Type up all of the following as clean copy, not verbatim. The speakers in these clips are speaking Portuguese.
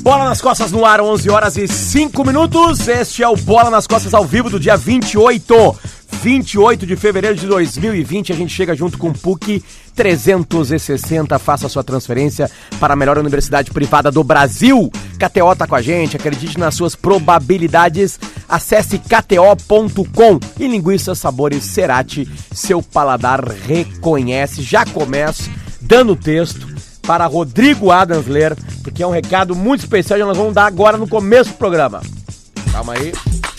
Bola nas Costas no ar, 11 horas e 5 minutos. Este é o Bola nas Costas ao vivo do dia 28 de fevereiro de 2020. A gente chega junto com o PUC 360. Faça a sua transferência para a melhor universidade privada do Brasil. KTO tá com a gente, acredite nas suas probabilidades. Acesse kto.com. E linguiças sabores Cerati, seu paladar reconhece. Já começo dando o texto para Rodrigo Adams ler, porque é um recado muito especial que nós vamos dar agora no começo do programa. Calma aí.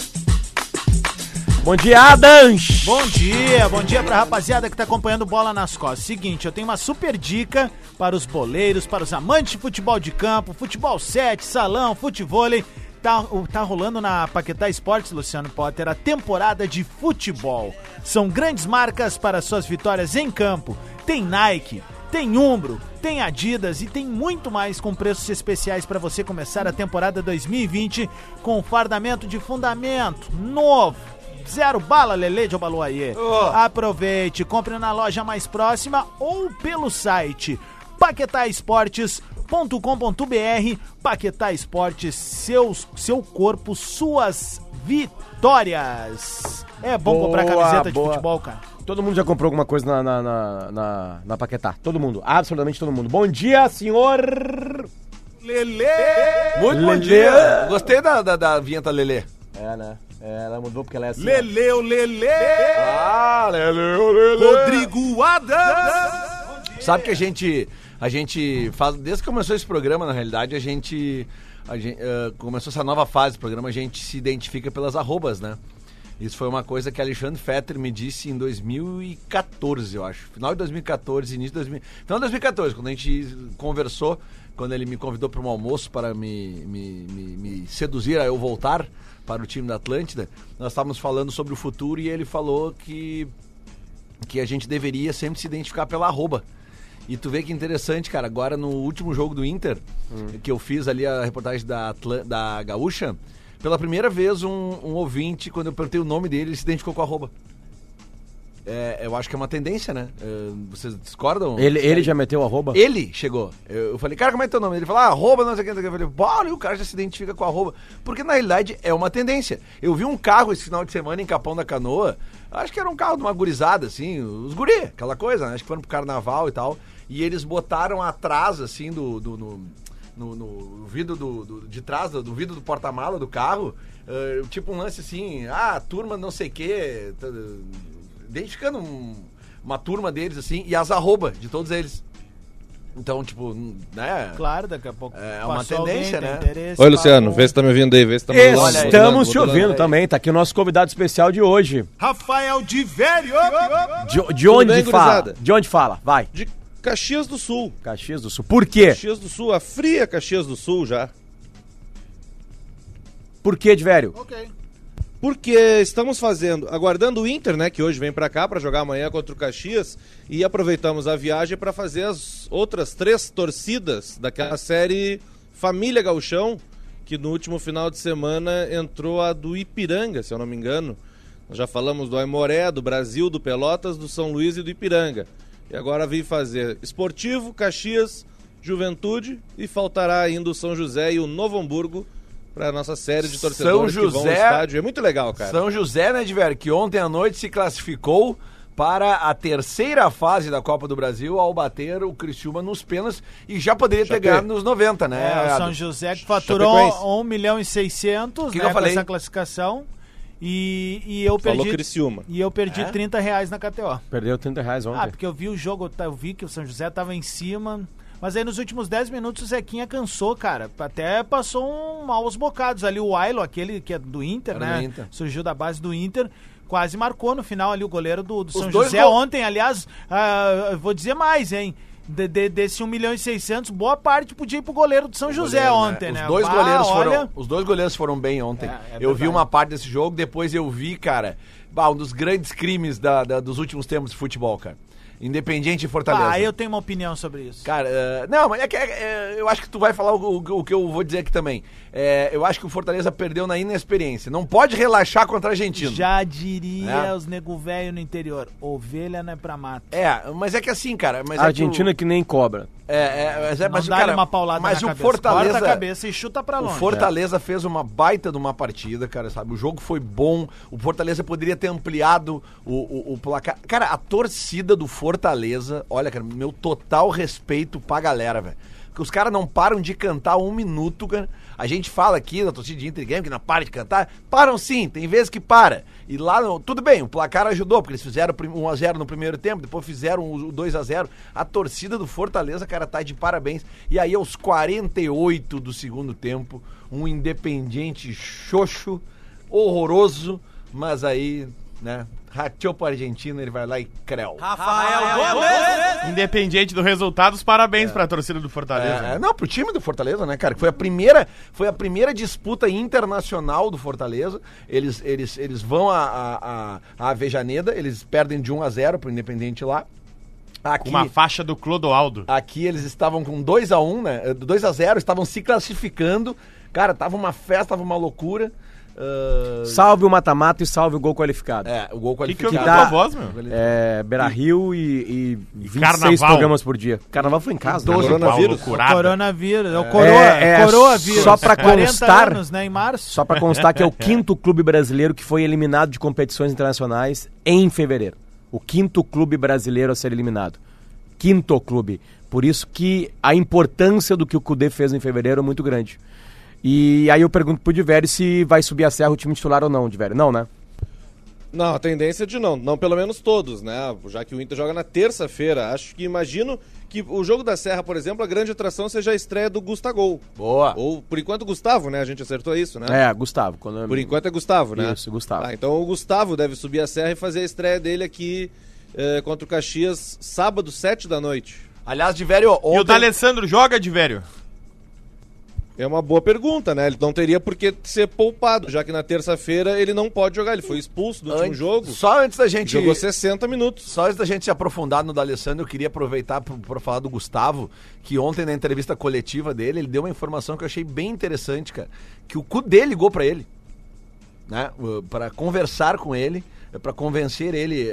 Bom dia, Adams! Bom dia pra rapaziada que tá acompanhando Bola nas Costas. Seguinte, eu tenho uma super dica para os boleiros, para os amantes de futebol de campo, futebol 7, salão, futevôlei. Tá rolando na Paquetá Esportes, Luciano Potter, a temporada de futebol. São grandes marcas para suas vitórias em campo. Tem Nike, tem Umbro, tem Adidas e tem muito mais com preços especiais para você começar a temporada 2020 com fardamento de fundamento novo. Zero bala, Lelê de Obaluayê. Aproveite, compre na loja mais próxima ou pelo site paquetaesportes.com.br. Paquetá Esportes, seu corpo, suas vitórias. É bom comprar camiseta de futebol, cara. Todo mundo já comprou alguma coisa na Paquetá. Todo mundo, absolutamente todo mundo. Bom dia, senhor Lelê! Muito bom dia! Gostei da vinheta Lelê. É, né? Ela mudou porque ela é assim. Lelê! Lelê! Rodrigo Adams! Sabe que a gente faz, desde que começou esse programa, na realidade, a gente começou essa nova fase do programa, a gente se identifica pelas arrobas, né? Isso foi uma coisa que Alexandre Fetter me disse em 2014, eu acho. Final de 2014, início de 2014. Final de 2014, quando a gente conversou, quando ele me convidou para um almoço para me seduzir a eu voltar para o time da Atlântida, nós estávamos falando sobre o futuro e ele falou que a gente deveria sempre se identificar pela arroba. E tu vê que interessante, cara, agora no último jogo do Inter, que eu fiz ali a reportagem da Gaúcha, pela primeira vez um ouvinte, quando eu perguntei o nome dele, ele se identificou com a arroba. Eu acho que é uma tendência, né? Vocês discordam? Ele já meteu arroba? Ele chegou. Eu falei, cara, como é teu nome? Ele falou, arroba, não sei o que. Eu falei, olha, o cara já se identifica com a arroba. Porque na realidade é uma tendência. Eu vi um carro esse final de semana em Capão da Canoa, acho que era um carro de uma gurizada, assim, os guri, aquela coisa, né? Acho que foram pro carnaval e tal. E eles botaram atrás, assim, no vidro de trás, do vidro do porta-mala do carro, tipo um lance assim, turma não sei o que, identificando uma turma deles, assim, e as arroba de todos eles. Então, tipo, né? Claro, daqui a pouco. É uma tendência, né? Oi, Luciano, vê se tá me ouvindo aí, vê se tá me ouvindo. Estamos te ouvindo também, tá aqui o nosso convidado especial de hoje. Rafael de Velho! De onde fala? De onde fala? Vai. De Caxias do Sul. Caxias do Sul. Por quê? Caxias do Sul, a fria Caxias do Sul já. Por quê, de velho? Ok. Porque estamos aguardando o Inter, né, que hoje vem pra cá pra jogar amanhã contra o Caxias, e aproveitamos a viagem pra fazer as outras 3 torcidas daquela série Família Gauchão, que no último final de semana entrou a do Ipiranga, se eu não me engano. Nós já falamos do Aimoré, do Brasil, do Pelotas, do São Luís e do Ipiranga. E agora vim fazer Esportivo, Caxias, Juventude, e faltará ainda o São José e o Novo Hamburgo para nossa série de torcedores que vão ao estádio. É muito legal, cara. São José, né, Diver, que ontem à noite se classificou para a terceira fase da Copa do Brasil ao bater o Criciúma nos pênaltis e já poderia ter ganhado nos 90, né? O São José que faturou 1.600.000, né, com essa classificação. E eu perdi. Falou Criciúma. E eu perdi R$30 na KTO. Perdeu R$30 ontem. Porque eu vi o jogo, eu vi que o São José tava em cima. Mas aí nos últimos 10 minutos o Zequinha cansou, cara. Até passou maus bocados ali. O Ailo, aquele que é do Inter, né? Inter. Surgiu da base do Inter. Quase marcou no final ali o goleiro do São José ontem. Aliás, eu vou dizer mais, hein? Desse 1.600.000, boa parte podia ir pro goleiro do São José ontem, né? Os dois goleiros foram bem ontem. Eu vi uma parte desse jogo, depois eu vi, cara, um dos grandes crimes dos últimos tempos de futebol, cara. Independiente e Fortaleza. Eu tenho uma opinião sobre isso. Cara, não, mas eu acho que tu vai falar o que eu vou dizer aqui também. Eu acho que o Fortaleza perdeu na inexperiência. Não pode relaxar contra o Argentino. Já diria os nego velho no interior. Ovelha não é pra mato. Mas é que assim, cara... Mas a Argentina que nem cobra. Mas dá-lhe uma paulada mas na o cabeça. Fortaleza, corta a cabeça e chuta pra longe. O Fortaleza fez uma baita de uma partida, cara, sabe? O jogo foi bom, o Fortaleza poderia ter ampliado o placar. Cara, a torcida do Fortaleza, olha, cara, meu total respeito pra galera, velho. Porque os caras não param de cantar 1 minuto, cara. A gente fala aqui da torcida de Inter Game que não para de cantar. Param sim, tem vezes que para. E lá, tudo bem, o placar ajudou, porque eles fizeram 1-0 no primeiro tempo, depois fizeram o 2-0. A torcida do Fortaleza, cara, tá de parabéns. E aí, aos 48 do segundo tempo, um Independiente xoxo, horroroso, mas aí, né, rateou pro Argentina, ele vai lá e creu. Rafael Gomes! Independente do resultado, os parabéns pra torcida do Fortaleza. Não, pro time do Fortaleza, né, cara? Que foi a primeira disputa internacional do Fortaleza. Eles vão a Avejaneda, eles perdem de 1-0 pro Independente lá. Com uma faixa do Clodoaldo. Aqui eles estavam com 2-1, né? 2-0, estavam se classificando. Cara, tava uma festa, tava uma loucura. Salve o mata-mata e salve o gol qualificado. O gol qualificado. Que dá, voz, meu? Beira-Rio e 26 Carnaval. programas por dia. Carnaval foi em casa. 12 Coronavírus. Coronavírus. É o Coronavírus. Só pra 40 constar, anos, né, em março. Só pra constar que é o 5º clube brasileiro que foi eliminado de competições internacionais em fevereiro. O 5º clube brasileiro a ser eliminado. 5º clube. Por isso que a importância do que o Cudê fez em fevereiro é muito grande. E aí eu pergunto pro Diverio se vai subir a serra o time titular ou não, Diverio. Não, né? Não, a tendência é de não. Não pelo menos todos, né? Já que o Inter joga na terça-feira. Imagino que o jogo da Serra, por exemplo, a grande atração seja a estreia do Gustavo. Boa. Ou, por enquanto, Gustavo, né? A gente acertou isso, né? Gustavo. Por enquanto é Gustavo, né? Isso, Gustavo. Então o Gustavo deve subir a serra e fazer a estreia dele aqui contra o Caxias, sábado, 7 da noite. Aliás, Diverio, ontem... E o D'Alessandro joga, Diverio? É uma boa pergunta, né? Ele não teria por que ser poupado, já que na terça-feira ele não pode jogar. Ele foi expulso do último jogo. Só antes da gente... Jogou 60 minutos. Só antes da gente se aprofundar no D'Alessandro, eu queria aproveitar para falar do Gustavo, que ontem na entrevista coletiva dele, ele deu uma informação que eu achei bem interessante, cara. Que o Cudê ligou para ele, né? Para conversar com ele, para convencer ele,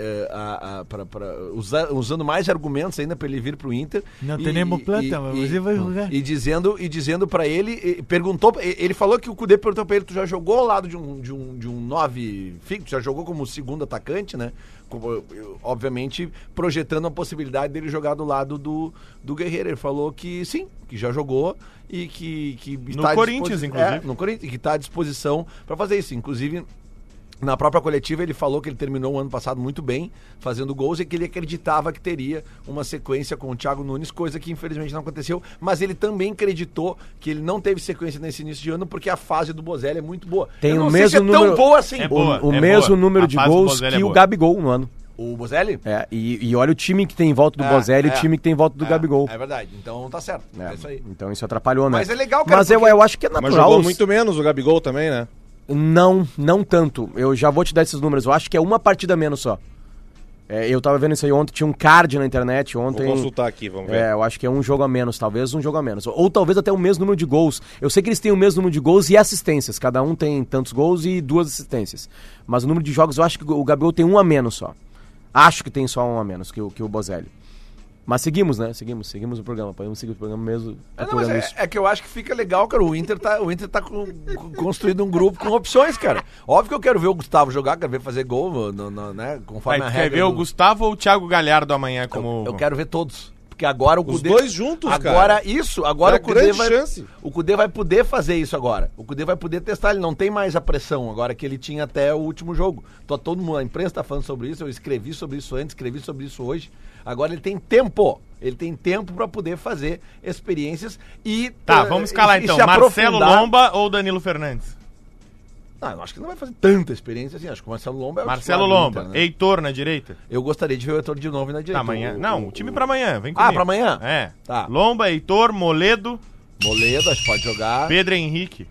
usando mais argumentos ainda para ele vir pro Inter. Não temos planta, mas você vai jogar. E dizendo para ele, perguntou, ele falou que o Cudê perguntou para ele, tu já jogou ao lado de um 9 fixo, já jogou como segundo atacante, né? Obviamente projetando a possibilidade dele jogar do lado do Guerreiro. Ele falou que sim, que já jogou e que no está Corinthians, inclusive. No Corinthians, que está à disposição para fazer isso. Inclusive, na própria coletiva, ele falou que ele terminou o ano passado muito bem, fazendo gols, e que ele acreditava que teria uma sequência com o Thiago Nunes, coisa que infelizmente não aconteceu, mas ele também acreditou que ele não teve sequência nesse início de ano, porque a fase do Bozelli é muito boa. Tem o mesmo número, tão boa assim. O mesmo número de gols que o Gabigol no ano. O Bozelli? E olha o time que tem em volta do Bozelli e o time que tem em volta do Gabigol. É verdade, então tá certo. É isso aí. Então isso atrapalhou, né? Mas é legal, cara. Mas eu acho que é natural. Mas jogou muito menos o Gabigol também, né? Não tanto. Eu já vou te dar esses números. Eu acho que é uma partida menos só. Eu tava vendo isso aí ontem, tinha um card na internet ontem. Vou consultar aqui, vamos ver. Eu acho que é um jogo a menos, talvez um jogo a menos. Ou talvez até o mesmo número de gols. Eu sei que eles têm o mesmo número de gols e assistências. Cada um tem tantos gols e 2 assistências. Mas o número de jogos, eu acho que o Gabigol tem um a menos só. Acho que tem só um a menos que o Bozelli. Mas seguimos, né? Seguimos o programa. Podemos seguir o programa mesmo. É que eu acho que fica legal, cara. O Inter tá construindo um grupo com opções, cara. Óbvio que eu quero ver o Gustavo jogar, quero ver fazer gol, né? Conforme a regra. Quer ver o Gustavo ou o Thiago Galhardo amanhã como... Eu quero ver todos. Porque agora o Cudê... Os dois juntos, agora, cara. Agora é o Cudê vai... chance. O Cudê vai poder fazer isso agora. O Cudê vai poder testar. Ele não tem mais a pressão agora que ele tinha até o último jogo. Todo mundo, a imprensa tá falando sobre isso. Eu escrevi sobre isso antes, escrevi sobre isso hoje. Agora ele tem tempo. Ele tem tempo para poder fazer experiências e... Tá, vamos escalar então. Marcelo Lomba ou Danilo Fernandes? Não, eu acho que não vai fazer tanta experiência assim. Acho que o Marcelo Lomba é o Marcelo Lomba, Inter, né? Heitor na direita? Eu gostaria de ver o Heitor de novo na direita. Tá, amanhã. O time pra amanhã, vem comigo. Pra amanhã? É. Tá. Lomba, Heitor, Moledo, acho que pode jogar. Pedro Henrique.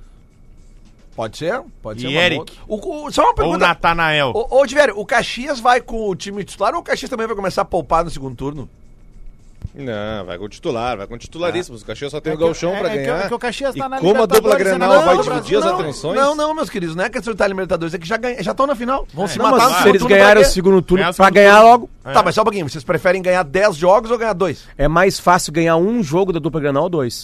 Pode ser. E Eric. Só uma pergunta. Ou Natanael. Diverio, o Caxias vai com o time titular ou o Caxias também vai começar a poupar no segundo turno? Não, vai com o titular, vai com o titularíssimo. O Caxias só tem o Gauchão pra ganhar. que o Caxias tá na como a dupla Libertadores, Grenal né? vai Não, dividir as atenções. Não, meus queridos, não é questão de estar na Libertadores, é que já estão na final. Vão se Não, matar mas no se eles turno ganharem o pra quê? segundo turno Ganhar o pra segundo ganhar turno. logo, Tá, mas só um pouquinho, vocês preferem ganhar 10 jogos ou ganhar 2? é mais fácil ganhar um jogo da dupla Grenal ou 2.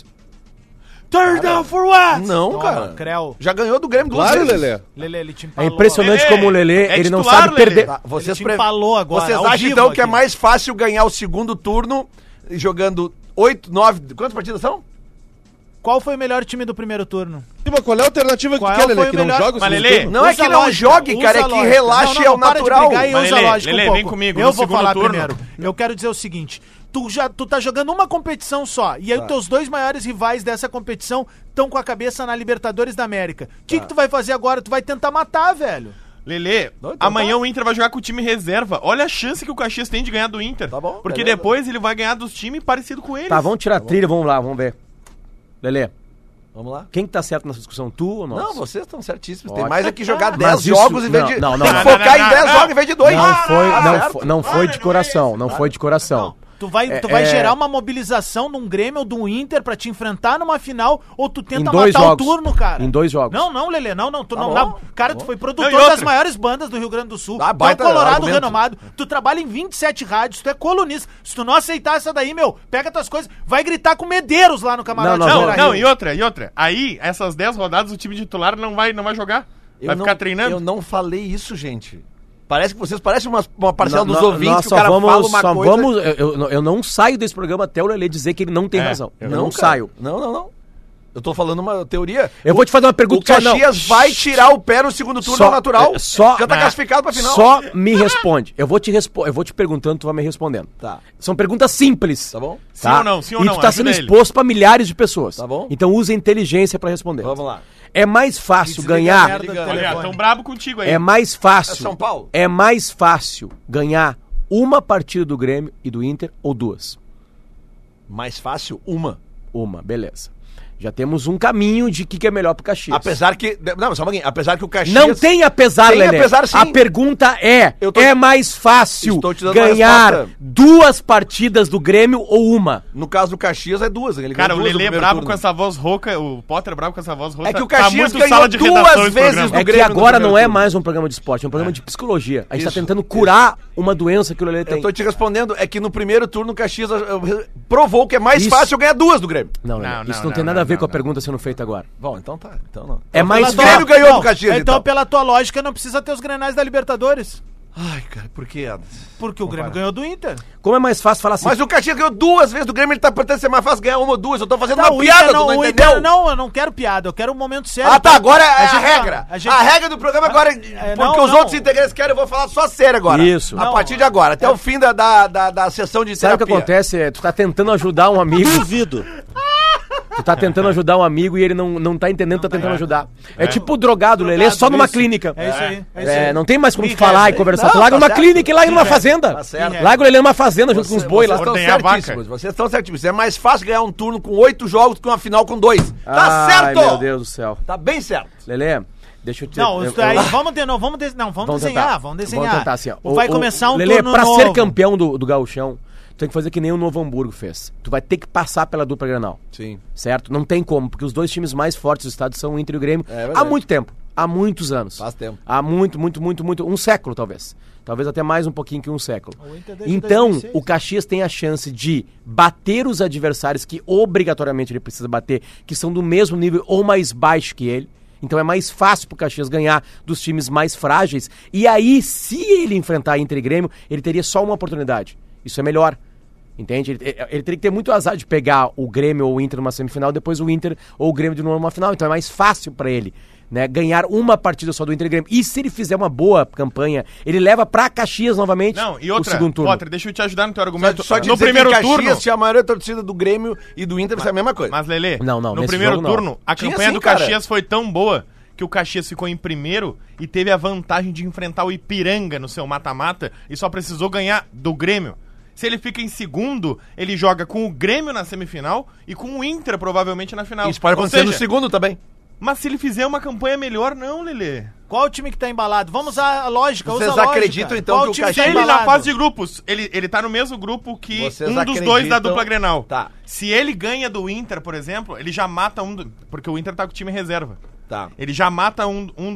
Turn down for what? Não, Toma, cara. Creu. Já ganhou do Grêmio duas Claro, vezes. Lelê. Lelê, ele te É empalou. impressionante Lelê, como o Lelê, é ele não titular, sabe perder. Lelê. Tá, Ele vocês te empalou agora, Vocês ao acham vivo então que é aqui. mais fácil ganhar o segundo turno jogando 8, 9... Quantas partidas são? Qual foi o melhor time do primeiro turno? Qual é a alternativa Qual que quer, foi Lelê? o Que não melhor- joga o Mas, segundo Lelê, turno? Não é que não jogue, cara, é que relaxe ao para de natural. brigar e Mas, usa Lelê, a lógica Lelê, um vem pouco. comigo, Eu no vou segundo falar turno. primeiro. Eu quero dizer o seguinte, tu tá jogando uma competição só, e aí os teus dois maiores rivais dessa competição estão com a cabeça na Libertadores da América. O que tu vai fazer agora? Tu vai tentar matar, velho. Lelê, Não, então amanhã tá. o Inter vai jogar com o time reserva. Olha a chance que o Caxias tem de ganhar do Inter. Tá bom, Porque beleza. depois ele vai ganhar dos times parecido com eles. Tá, vamos tirar a trilha, vamos lá, vamos ver. Lelê, Vamos lá. quem que tá certo nessa discussão, tu ou nós? Não, vocês estão certíssimos. Tem Ótimo. mais é que jogar Mas 10 isso- jogos em vez não, de... não, não, Tem que não. focar em 10 não. jogos em vez de 2. Não foi de coração, não foi de coração. Tu vai gerar uma mobilização num Grêmio ou de um Inter pra te enfrentar numa final, ou tu tenta Em dois matar jogos. o turno, cara? Em 2 jogos. Não, Lelê, não. Tu Tá não, bom, cara, tá tu foi Não, produtor e outra? das maiores bandas do Rio Grande do Sul. Ah, Tu é um baita colorado argumento. renomado. Tu trabalha em 27 rádios, tu é colunista. Se tu não aceitar essa daí, meu, pega tuas coisas, vai gritar com Medeiros lá no camarote. Não, do Não, Beira-Rio. não, e outra. Aí, essas 10 rodadas, o time titular não vai jogar. Vai ficar treinando. Eu não falei isso, gente. Parece que vocês parecem uma parcela dos Nós ouvintes que o só cara vamos, fala uma só coisa... vamos, eu não saio desse programa até o Lelê dizer que ele não tem razão. Eu não cara. saio. Não. Eu tô falando uma teoria. Eu vou te fazer uma pergunta O Caxias vai tirar o pé no segundo turno ao natural. Já tá classificado pra final. Só me responde. Eu vou te perguntando, tu vai me respondendo. Tá. São perguntas simples. Tá bom? Sim ou não, sim ou e não, tu tá sendo ajuda ele. exposto pra milhares de pessoas. Tá bom. Então usa inteligência pra responder. Vamos lá. É mais fácil Desliga a ganhar. merda do Olha, Olha, telefone. tão brabo contigo aí. É mais fácil. É São Paulo. É mais fácil ganhar uma partida do Grêmio e do Inter ou 2? Mais fácil, uma. Uma, beleza. Já temos um caminho de que é melhor pro Caxias. Apesar que... Não, só um pouquinho. Apesar que o Caxias... Não tem apesar, Tem Lelê. apesar, sim. A pergunta Eu tô- é mais fácil Estou te dando uma ganhar resposta. 2 partidas do Grêmio ou uma? No caso do Caxias é 2. Ele Cara, o ganhou duas no Lelê é primeiro brabo turno. com essa voz rouca, o Potter é brabo com essa voz rouca. É que o Tá Caxias muito ganhou sala de duas redação esse vezes programa. do É que Grêmio no agora primeiro não é turno. mais um programa de esporte, é um programa de psicologia. A gente tá Isso, tentando curar uma doença que o Lelê tem. Eu tô te respondendo, é que no primeiro turno o Caxias provou que é mais Isso. fácil ganhar 2 do Grêmio. Não, Lelê, Não, isso não, não tem não, nada a ver não, com a não. pergunta sendo feita agora. Bom, então tá. Então não. É mais O Grêmio ganhou do Caxias, Então, então. pela tua lógica, não precisa ter os Grenais da Libertadores. Ai, cara, por que? Porque o Grêmio ganhou do Inter. Como é mais fácil falar assim? Mas o Caxias ganhou 2 vezes do Grêmio, ele tá pretendendo ser mais fácil ganhar uma ou 2. Eu tô fazendo Tá, uma o piada, Inter tu não o entendeu? Inter, não, eu não quero piada, eu quero o momento sério. Ah, tá, agora é a gente- regra. a gente- A regra do programa agora, porque não, os não. outros integrantes querem, eu vou falar só sério agora. Isso. A Não, partir de agora, até o fim da sessão de Sabe o que terapia. acontece? Tu tá tentando ajudar um amigo. Duvido. Tu tá tentando ajudar um amigo e ele não tá entendendo que tá tentando ajudar. É tipo o drogado, Lelê, só numa isso. clínica. É isso aí. É isso É, aí. não tem mais como Me tu falar reza. e conversar. Não, Tu larga tá numa certo. clínica e larga numa reza. fazenda. Tá certo. Larga o Lelê numa fazenda junto com os boi lá. Vocês estão Ordenhar a certíssimos. Vocês estão certíssimos. É mais fácil ganhar um turno com 8 jogos do que uma final com 2. Tá Ai, certo! meu Deus do céu. Tá bem certo. Lelê, deixa eu te... Não, eu- isso aí, vamos desenhar, tentar. vamos desenhar. Vamos tentar assim, ó. Vai começar um Lelê, turno pra novo. ser campeão do Gauchão, tu tem que fazer que nem o Novo Hamburgo fez. Tu vai ter que passar pela dupla Grenal. Sim. Certo? Não tem como, porque os dois times mais fortes do estado são o Inter e o Grêmio verdade. há muito tempo. Há muitos anos. Faz tempo. Há muito. Um século, talvez. Talvez até mais um pouquinho que um século. O Inter desde Então, 2006, o Caxias tem a chance de bater os adversários que obrigatoriamente ele precisa bater, que são do mesmo nível ou mais baixo que ele. Então é mais fácil pro Caxias ganhar dos times mais frágeis. E aí, se ele enfrentar Inter e Grêmio, ele teria só uma oportunidade. Isso é melhor. Entende? Ele teria que ter muito azar de pegar o Grêmio ou o Inter numa semifinal, depois o Inter ou o Grêmio de novo numa final. Então é mais fácil pra ele, né, ganhar uma partida só do Inter e Grêmio. E se ele fizer uma boa campanha, ele leva pra Caxias novamente Não, e o outra, segundo turno. Potter, deixa eu te ajudar no teu argumento. Só de no dizer primeiro que em Caxias turno... tinha a maioria da torcida do Grêmio e do Inter, vai ser a mesma coisa. Mas, Lelê, Não, no nesse primeiro jogo, não. turno, a Tinha campanha sim, do cara. Caxias foi tão boa que o Caxias ficou em primeiro e teve a vantagem de enfrentar o Ipiranga no seu mata-mata e só precisou ganhar do Grêmio. Se ele fica em segundo, ele joga com o Grêmio na semifinal e com o Inter provavelmente na final. Isso pode Ou acontecer no seja, segundo também. Mas se ele fizer uma campanha melhor, não, Lelê. Qual o time que tá embalado? Vamos usar a lógica, Vocês usa a lógica. acreditam, então, Qual que o time Caxias- Se ele embalado? na fase de grupos, ele tá no mesmo grupo que Vocês um dos acreditam- dois da dupla Grenal. Tá. Se ele ganha do Inter, por exemplo, ele já mata porque o Inter tá com o time reserva. Tá. Ele já mata um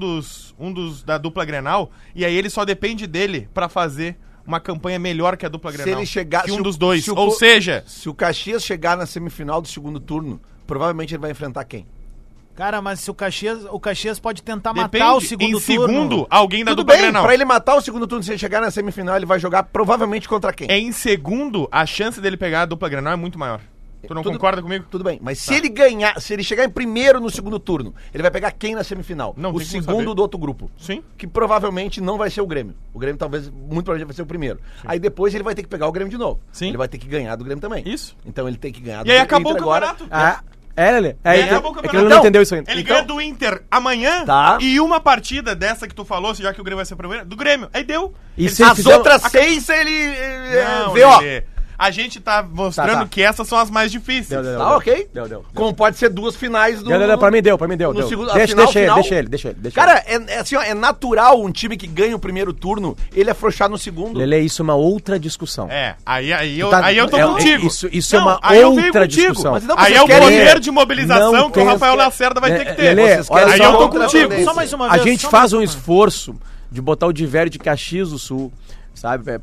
dos da dupla Grenal e aí ele só depende dele pra fazer uma campanha melhor que a dupla Se Grenal. ele chegar... que se um o- dos dois. se o Ou Co- seja, Se o Caxias chegar na semifinal do segundo turno, provavelmente ele vai enfrentar quem? Cara, mas se o Caxias pode tentar depende. matar o segundo Em segundo, turno. alguém da Tudo dupla bem, Grenal. pra ele matar o segundo turno, se ele chegar na semifinal, ele vai jogar provavelmente contra quem? Em segundo, a chance dele pegar a dupla Grenal é muito maior. Tu não Tudo- concorda comigo? Tudo bem, mas se ele ganhar, se ele chegar em primeiro no segundo turno, ele vai pegar quem na semifinal? Não o tem como segundo saber. do outro grupo. Sim. Que provavelmente não vai ser o Grêmio. O Grêmio talvez, muito provavelmente vai ser o primeiro. Aí depois ele vai ter que pegar o Grêmio de novo. Sim. Ele vai ter que ganhar do Grêmio também. Isso. Então ele tem que ganhar do E aí Inter acabou o agora. campeonato. Lelê. E aí É acabou o que ele campeonato. não entendeu isso ainda. Ele Então- ganha do Inter amanhã Tá. e uma partida dessa que tu falou, já que o Grêmio vai ser primeiro, do Grêmio. Aí deu. E Ele- se ele As fizer- outras 6 ele Não, vê, ó. Lelê. A gente tá mostrando Tá. que essas são as mais difíceis. Deu. Tá ok? Deu. Como pode ser duas finais do... Pra mim deu. no segundo- a Deixa final- ele. Cara, é assim, ó, é natural um time que ganha o primeiro turno, ele afrouxar no segundo. Lelê, isso é uma outra discussão. É, aí eu tô é- contigo. isso é uma aí eu venho outra contigo. discussão. Mas então Aí vocês é o querem- poder de mobilização Não que o tem- Rafael Lacerda vai ter que ter. Lelê, Vocês olha querem Aí eu tô contra a contigo. tendência. Só mais uma A vez. gente só faz mais um uma. esforço de botar o Divério de Caxias do Sul, sabe,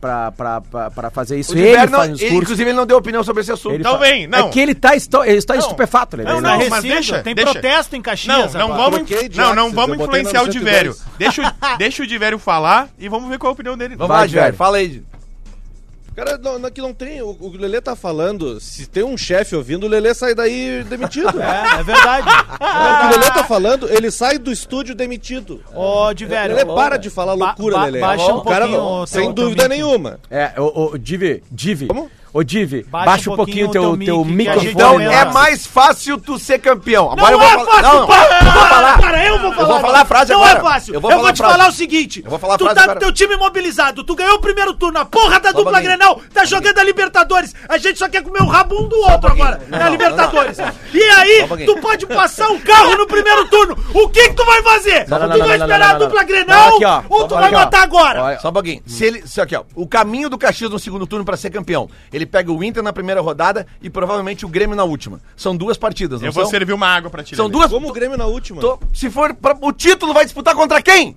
pra fazer isso. O Ele Diver não- faz um esforço. inclusive ele não deu opinião sobre esse assunto. Ele Então fa- vem, não. É que ele está Não. estupefato, Lelê. Não, Ele- mas Recife, deixa, tem deixa. protesto em Caxias Não agora. vamos, Troquei de não Axis, vamos eu botei influenciar na o Divério. 110. Deixa o Divério falar e vamos ver qual é a opinião dele. Vamos Vai, lá, Diver, Diver. fala aí. Cara, aqui não tem. O Lelê tá falando. Se tem um chefe ouvindo, o Lelê sai daí demitido. É verdade. O que o Lelê tá falando, ele sai do estúdio demitido. Ô, Divério. Lelê, para de falar loucura, Lelê. Baixa O um cara, pouquinho o sem teu dúvida mic. nenhuma. Divi. Como? Ô, Divi, Baixa baixa um um pouquinho o pouquinho teu o teu mic, que a gente microfone. Então Não, é não. mais fácil tu ser campeão. Agora Não eu é vou falar. fácil, Não, para! eu vou falar. Cara, eu vou falar. Eu vou falar a frase Não agora. é fácil. Eu Eu vou vou, falar a te frase. falar o seguinte. Eu vou falar a tu frase tá agora. com teu time mobilizado. Tu ganhou o primeiro turno. A porra da Só um dupla pouquinho. Grenal tá jogando a Libertadores. A gente só quer comer o rabo um do outro pouquinho. agora. Não, na não, Libertadores. não, E aí, Só um pouquinho. tu pode passar um carro no primeiro turno. O que tu vai fazer? Não, não, Tu não, vai não, esperar não, a não, dupla não. Grenal Não, aqui, ó. ou tu Olha vai aqui, ó. matar agora? Olha. Só um pouquinho. Se aqui, ó, o caminho do Caxias no segundo turno pra ser campeão. Ele pega o Inter na primeira rodada e provavelmente o Grêmio na última. São duas partidas, não Eu vou são? servir uma água pra ti. São Lelê. duas. Como o Grêmio na última. Se for o título, vai disputar contra quem?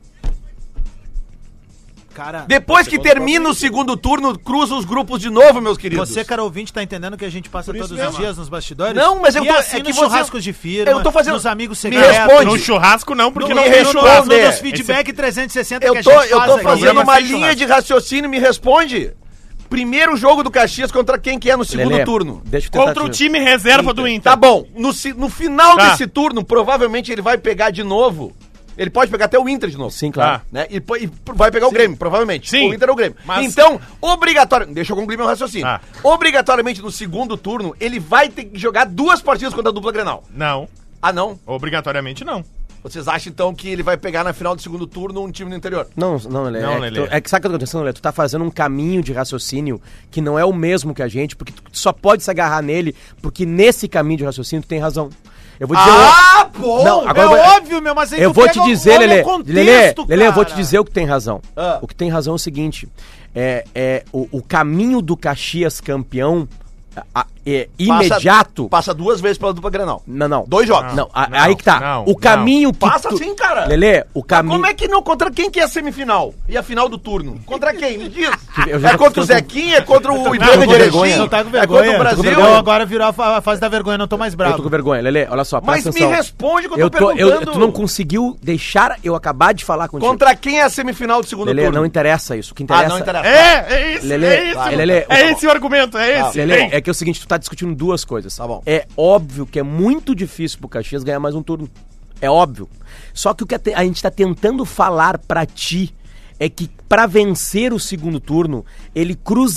Cara, Depois que termina o segundo turno, cruza os grupos de novo, meus queridos. você, cara ouvinte, tá entendendo que a gente passa Por isso todos os mesmo. dias nos bastidores? Não, mas eu E tô- assim é que nos você- churrascos de firma, eu tô fazendo- nos amigos Me secretos. responde. No churrasco não, porque Não não me tem responde. churrasco. Nos Esse- feedback 360 Eu que a tô, gente eu faz tô aqui. fazendo Programa uma sem linha churrasco. de raciocínio, me responde. Primeiro jogo do Caxias contra quem que é no segundo Lelê, turno? Deixa eu tentar Contra o te- time reserva do Inter. Tá bom, no final Tá. desse turno, provavelmente ele vai pegar de novo. Ele pode pegar até o Inter de novo. Sim, claro. Tá. Né? E vai pegar o Grêmio, provavelmente. Sim. O Inter é o Grêmio. Mas- Então, obrigatoriamente. Deixa eu concluir meu raciocínio. Ah. Obrigatoriamente, no segundo turno, ele vai ter que jogar duas partidas contra a dupla Grenal. Não, Ah, não? obrigatoriamente não. Vocês acham, então, que ele vai pegar na final do segundo turno um time do interior? Não, Lelê. Não, É Lelê. que sabe o que tá acontecendo, Lelê? Tu tá fazendo um caminho de raciocínio que não é o mesmo que a gente, porque tu só pode se agarrar nele, porque nesse caminho de raciocínio tu tem razão. Eu vou dizer. bom! Não, agora É eu vou- óbvio, meu, mas aí Eu tu vou pega te dizer, olha o Lelê. contexto, Lelê, eu vou te cara. dizer o que tem razão. Ah. O que tem razão é o seguinte: o caminho do Caxias campeão é imediato. Passa duas vezes pela dupla Grenal. Não. 2 jogos. Não, Não, aí que tá. não, o caminho que. Passa sim, cara. Lelê, o Mas caminho. como é que não? Contra quem que é a semifinal? E a final do turno? Contra quem? Me diz. Eu já É tô contra o ficando- Zequinha? É contra o tô Ibrahim com de vergonha. Erechim? Não tá com É vergonha. contra o Brasil? Então agora virou a fase da vergonha, não tô mais Eu bravo. tô com vergonha, Lelê. Olha só, Mas presta me atenção. responde o que eu tô Eu perguntando. tu não conseguiu deixar eu acabar de falar contigo. Contra quem é a semifinal do segundo Lelê, turno? não interessa isso. O que Ah, interessa. não interessa. É isso, Lelê, é isso. vai, Lelê, é esse o argumento, é esse. Lelê, Vem. é que é o seguinte, tu tá discutindo duas coisas. Tá bom. É óbvio que é muito difícil pro Caxias ganhar mais um turno. É óbvio. Só que o que a gente tá tentando falar pra ti é que pra vencer o segundo turno, ele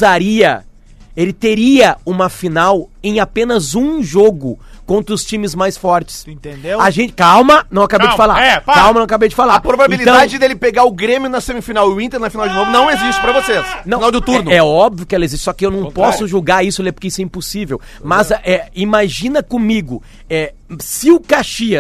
teria uma final em apenas um jogo contra os times mais fortes. Tu entendeu? A gente, calma, não acabei de Calma, falar. para. Calma, não acabei de falar. A probabilidade Então, dele pegar o Grêmio na semifinal e o Inter na final de novo não existe pra vocês. não, Final do turno. É óbvio que ela existe, só que eu não posso julgar isso, Lê, porque isso é impossível. Mas imagina comigo, se o Caxias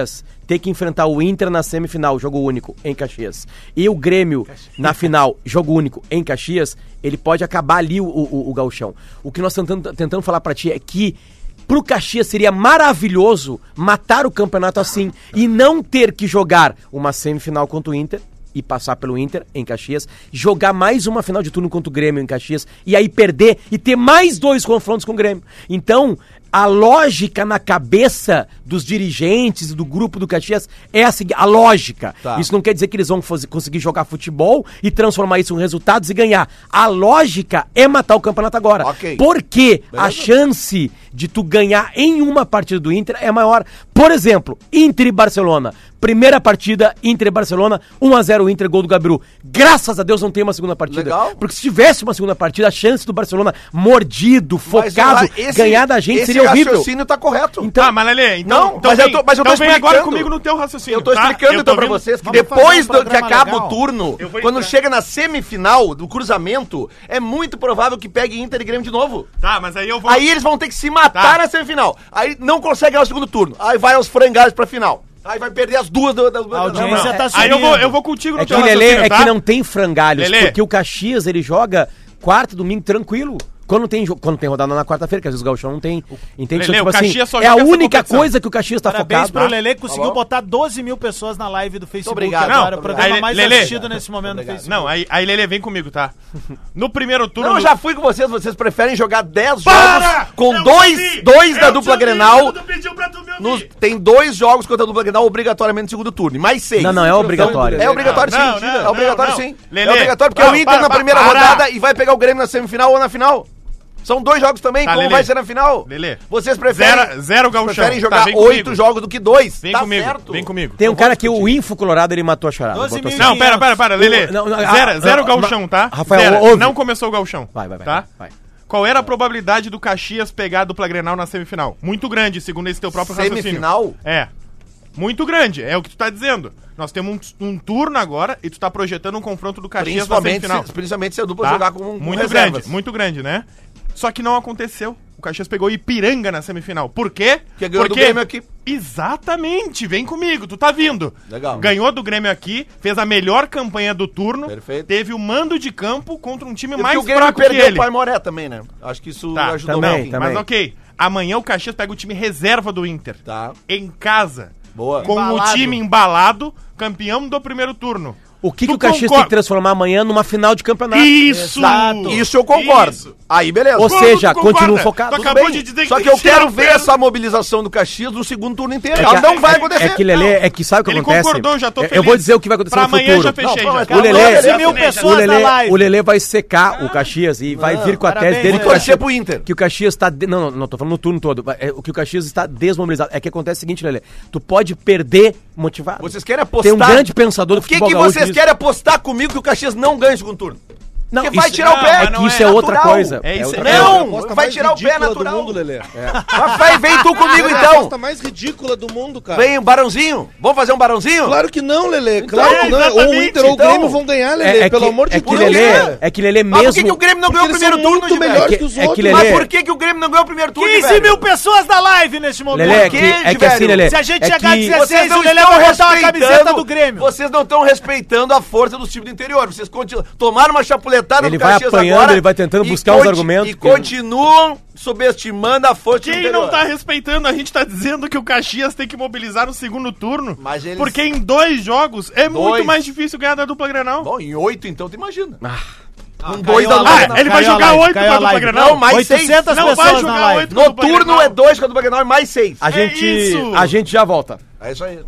ter que enfrentar o Inter na semifinal, jogo único, em Caxias, e o Grêmio na final, jogo único, em Caxias, ele pode acabar ali o gauchão. O que nós tentando falar pra ti é que pro Caxias seria maravilhoso matar o campeonato assim e não ter que jogar uma semifinal contra o Inter e passar pelo Inter em Caxias, jogar mais uma final de turno contra o Grêmio em Caxias e aí perder e ter mais 2 confrontos com o Grêmio. Então, a lógica na cabeça dos dirigentes e do grupo do Caxias é a seguinte, a lógica. Tá. Isso não quer dizer que eles vão conseguir jogar futebol e transformar isso em resultados e ganhar. A lógica é matar o campeonato agora. Ok. Porque a chance de tu ganhar em uma partida do Inter é maior. Por exemplo, Inter e Barcelona. Primeira partida, Inter e Barcelona, 1-0 Inter, gol do Gabiru. Graças a Deus não tem uma segunda partida. Legal. Porque se tivesse uma segunda partida, a chance do Barcelona mordido, Mas, focado, esse- ganhar da gente esse seria horrível. raciocínio tá correto. Então, Tá, mas Lelê, então, Não, mas eu tô então vem agora explicando. comigo no teu raciocínio. Eu tô tá? explicando Eu tô então pra vindo- vocês que Vamos depois fazer um que programa acaba legal. o turno, Eu vou quando entrar. chega na semifinal do cruzamento, é muito provável que pegue Inter e Grêmio de novo. Tá, mas aí eu vou... Aí eles vão ter que se matar Tá. na semifinal. Aí não consegue ganhar o segundo turno. Aí vai aos frangalhos pra final. Aí vai perder as duas da A audiência tá Aí subindo. eu vou contigo no é que, teu Lelê, raciocínio, é tá? que não tem frangalhos, Lelê. porque o Caxias, ele joga quarta e domingo tranquilo. Quando tem rodada na quarta-feira, que às vezes o Gauchão não tem. Entende? Lelê, Então, o Caxias só é a joga essa única competição. coisa que o Caxias tá Parabéns focado. pro Lelê, que conseguiu bom? botar 12 mil pessoas na live do Facebook. obrigado. Agora, Não, o programa aí, mais Lelê. assistido nesse momento no Facebook. Não, aí Lelê, vem comigo, tá? No primeiro turno... Não, eu já fui com vocês preferem jogar 10 Para! jogos com Eu dois te vi! da Eu dupla te vi Grenal. quando tu pediu pra tu me ouvir. Tem 2 jogos contra a dupla Grenal obrigatoriamente no segundo turno. E mais 6. Não, não, é obrigatório. É obrigatório sim. Não, não, é obrigatório não. sim. Lelê, É obrigatório porque não, o Inter para, na para, primeira para. rodada e vai pegar o Grêmio na semifinal ou na final. São 2 jogos também, Tá, como Lelê. vai ser na final? Lelê. Vocês preferem, Zero Gauchão. preferem Tá, jogar vem 8 comigo. jogos do que 2. Vem Tá comigo, certo. vem comigo. Tem um cara que o Info Colorado, ele matou a charada. 12 botou mil. assim. Não, pera, Lelê. Não, não, Zero ah, Gauchão, tá? Rafael, Zero. ouve. Não começou o Gauchão. Vai. Tá? Qual era a probabilidade do Caxias pegar a dupla Grenal na semifinal? Muito grande, segundo esse teu próprio raciocínio. Semifinal? É. Muito grande, é o que tu tá dizendo. Nós temos um turno agora e tu tá projetando um confronto do Caxias na semifinal. Principalmente se a dupla Tá? jogar com Muito reservas. muito grande, né? Só que não aconteceu. O Caxias pegou Ipiranga na semifinal. Por quê? Porque ganhou do Grêmio aqui. Exatamente, vem comigo, tu tá vindo. Legal. Ganhou do Grêmio aqui, fez a melhor campanha do turno. Perfeito. Teve o mando de campo contra um time E mais porque o Grêmio fraco que perdeu ele. o Pai Moré também, né? Acho que isso Tá, ajudou também, um pouquinho. também. Mas ok, amanhã o Caxias pega o time reserva do Inter. Tá. Em casa. Boa. Com Embalado. o time embalado, campeão do primeiro turno. O que Tu o Caxias tem concorda? que transformar amanhã numa final de campeonato? Isso! Exato. Isso eu concordo. Isso. Aí, beleza. Ou Como seja, tu concorda? continua focado. Tu Tudo acabou bem. de dizer Só que eu quero ver essa essa mobilização do Caxias no segundo turno inteiro. É Ela que- não vai acontecer. É que, Lelê, é que sabe o que Ele acontece? concordou, já tô Eu feliz. vou dizer o que vai acontecer Pra no amanhã futuro. já fechei. Não, já. mas O Lelê, 12 mil pessoas na live. o Lelê vai secar o Caxias e vai vir com a parabéns, tese dele né? que Vou torcer pro Inter. que o Caxias tá... Não, tô falando no turno todo. O que o Caxias está desmobilizado. É que acontece o seguinte, Lelê. Tu pode perder motivado. Vocês querem apostar? Tem um grande pensador O do que, futebol que gaúcho vocês nisso. querem apostar comigo que o Caxias não ganha o segundo turno? Não, Porque vai isso- tirar o pé. É mas que isso não é é outra natural. coisa. É isso outra aí. coisa. Não, Aposta vai mais tirar o pé ridícula natural. do mundo, Lelê. Rafael, vem tu comigo É a então. aposta mais ridícula do mundo, cara. Vem, um barãozinho. Vamos fazer um barãozinho? Claro que não, Lelê. Claro que não. Ou o exatamente, Inter ou o então. Grêmio vão ganhar, Lelê. Pelo amor de que Deus. Lelê, cara. é que Lelê Mas mesmo... por que o Grêmio não ganhou o Porque primeiro eles são turno, muito Gilberto? melhores É que os que- é que outros. Lelê- Mas por que o Grêmio não ganhou o primeiro turno, 15 velho? mil pessoas na live neste momento. Lelê, que, é que assim, velho? Lelê... Se a gente é chegar a que- 16, o Lelê estão vai botar uma camiseta do Grêmio. Vocês não estão respeitando a força dos times do interior. Vocês tomaram uma chapuletada Ele do vai Caxias apanhando, agora ele vai tentando e buscar uns argumentos. E continuam subestimando a força do Quem interior. não tá respeitando, a gente tá dizendo que o Caxias tem que mobilizar no segundo turno. Mas eles- Porque em 2 jogos é muito mais difícil ganhar da dupla Grenal. Bom, em 8 então, tu imagina. Com caiu 2 da a dupla live. Grenal. Ele vai Caiu a jogar live, 8 com caiu a a dupla live. Grenal. Não, mais 800 Não vai pessoas na jogar live. 8 com a No dupla turno Grenal. é 2 com a dupla Grenal e mais 6. isso. A gente já volta. É isso aí.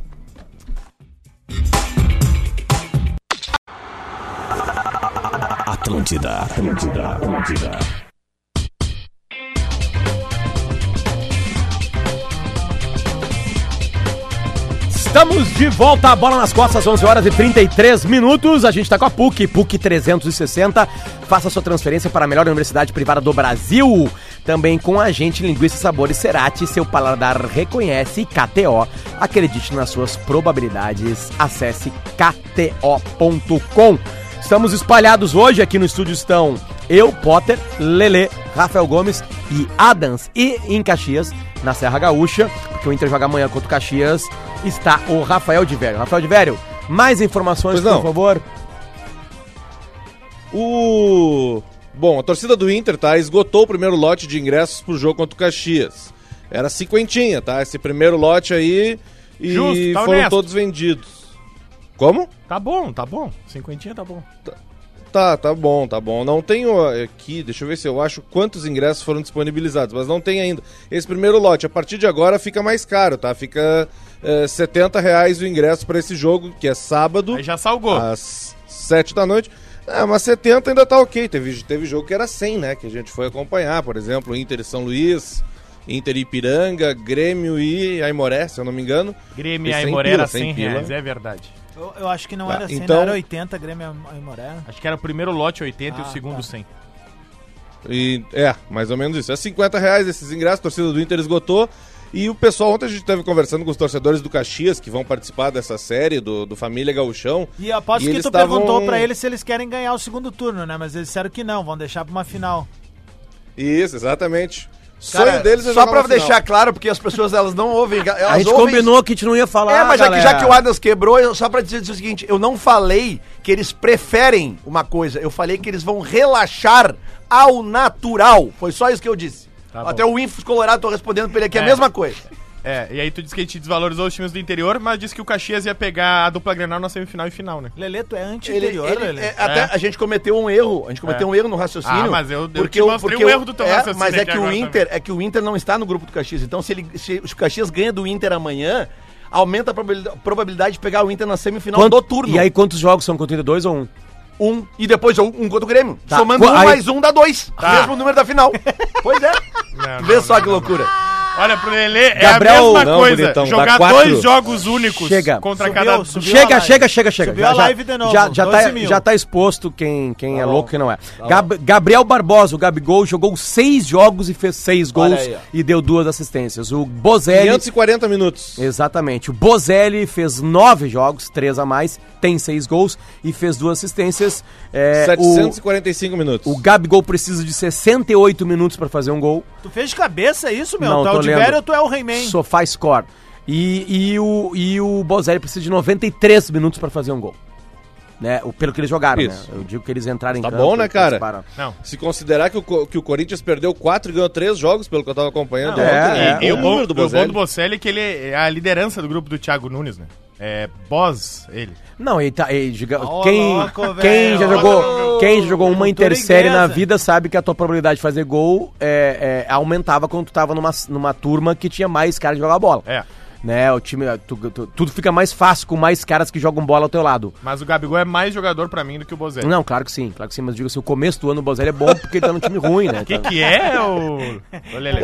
Atlântida. Estamos de volta, a bola nas costas, 11 horas e 33 minutos. A gente tá com a PUC 360. Faça sua transferência para a melhor universidade privada do Brasil. Também com a gente, Linguiça Sabores Cerati, seu paladar reconhece. E KTO, acredite nas suas probabilidades. Acesse kto.com. Estamos espalhados hoje, aqui no estúdio estão eu, Potter, Lelê, Rafael Gomes e Adams. E em Caxias, na Serra Gaúcha, porque o Inter joga amanhã contra o Caxias. está o Rafael de Vério. Rafael de Vério, mais informações, por favor. Bom, a torcida do Inter, tá, esgotou o primeiro lote de ingressos pro jogo contra o Caxias. Era 50, tá? Esse primeiro lote aí e Justo, tá foram honesto. todos vendidos. Como? Tá bom. 50 tá bom. Tá bom. Não tenho aqui, deixa eu ver se eu acho quantos ingressos foram disponibilizados, mas não tem ainda. Esse primeiro lote, a partir de agora fica mais caro, tá? Fica R$70 o ingresso pra esse jogo, que é sábado, Aí já salgou. às 7 da noite. Mas 70 ainda tá ok. Teve jogo que era 100, né? Que a gente foi acompanhar, por exemplo, Inter e São Luís, Inter e Ipiranga, Grêmio e Aimoré, se eu não me engano. Grêmio e E 100 Aimoré pila, era 100 R$100, pila. é verdade. Eu acho que não era 100, então- não era 80, Grêmio e Aimoré. Acho que era o primeiro lote 80 e o segundo tá. 100. Mais ou menos isso. É R$50 esses ingressos, a torcida do Inter esgotou. E o pessoal, ontem a gente esteve conversando com os torcedores do Caxias, que vão participar dessa série do Família Gauchão. E aposto que eles tu tavam- perguntou pra eles se eles querem ganhar o segundo turno, né? Mas eles disseram que não, vão deixar pra uma final. Isso, exatamente. O Cara, sonho deles é só jogar pra uma final. deixar claro, porque as pessoas elas não ouvem. Elas A gente ouvem- combinou que a gente não ia falar, mas galera. já que o Adams quebrou, só pra dizer o seguinte, eu não falei que eles preferem uma coisa, eu falei que eles vão relaxar ao natural. Foi só isso que eu disse. Tá bom. Até o Infos Colorado, tô respondendo pra ele aqui a É. mesma coisa. E aí tu disse que a gente desvalorizou os times do interior, mas disse que o Caxias ia pegar a dupla Grenal na semifinal e final, né? Lelê, tu é anti-interior, Lelê. Até a gente cometeu um erro, no raciocínio. Ah, mas eu te mostrei um erro do teu raciocínio Mas é aqui que agora é que o Inter não está no grupo do Caxias. Então se o Caxias ganha do Inter amanhã, aumenta a probabilidade de pegar o Inter na semifinal do turno. E aí quantos jogos são com 32 ou 1? E depois um contra o Grêmio. Tá. Somando um Aí- mais um dá 2. Tá. Mesmo número da final. Pois é. Vê só que loucura. Olha, pro Lelê Gabriel- é a mesma Não, coisa. bonitão, dá Jogar 4. 2 jogos únicos Chega. contra Subiu, cada... subiu. Chega. a live. Subiu a live de novo, Já 12 mil. tá exposto quem é louco e quem não é. Gabriel Barbosa, o Gabigol, jogou 6 jogos e fez 6 Olha gols aí, ó. e deu 2 assistências. O Bozelli... 540 minutos. Exatamente. O Bozelli fez 9 jogos, 3 a mais, tem 6 gols e fez 2 assistências. 745 minutos. O Gabigol precisa de 68 minutos pra fazer um gol. Tu fez de cabeça isso, meu? Não, Tu é tô o de lendo. velho ou tu é o Rayman? Sofá score. E o Bozelli precisa de 93 minutos pra fazer um gol. Né? Pelo que eles jogaram, Isso. né? Eu digo que eles entraram em Tá campo. bom, né, e cara? participaram. Não. Se considerar que o Corinthians perdeu 4 e ganhou 3 jogos, pelo que eu tava acompanhando Não, ontem. E o o bom número do do Bozelli. Bocelli é que ele é a liderança do grupo do Thiago Nunes, né? É Boss, ele. Não, Ó, quem, louco, quem, já velho. jogou, quem já jogou uma Cultura intersérie na inglesa. vida sabe que a tua probabilidade de fazer gol aumentava quando tu tava numa turma que tinha mais caras de jogar bola. É. Né, o time, tudo fica mais fácil com mais caras que jogam bola ao teu lado. Mas o Gabigol é mais jogador pra mim do que o Bozelli. Não, claro que sim, mas eu digo assim, o começo do ano o Bozelli é bom porque ele tá num time ruim, né? O que é o Lelê?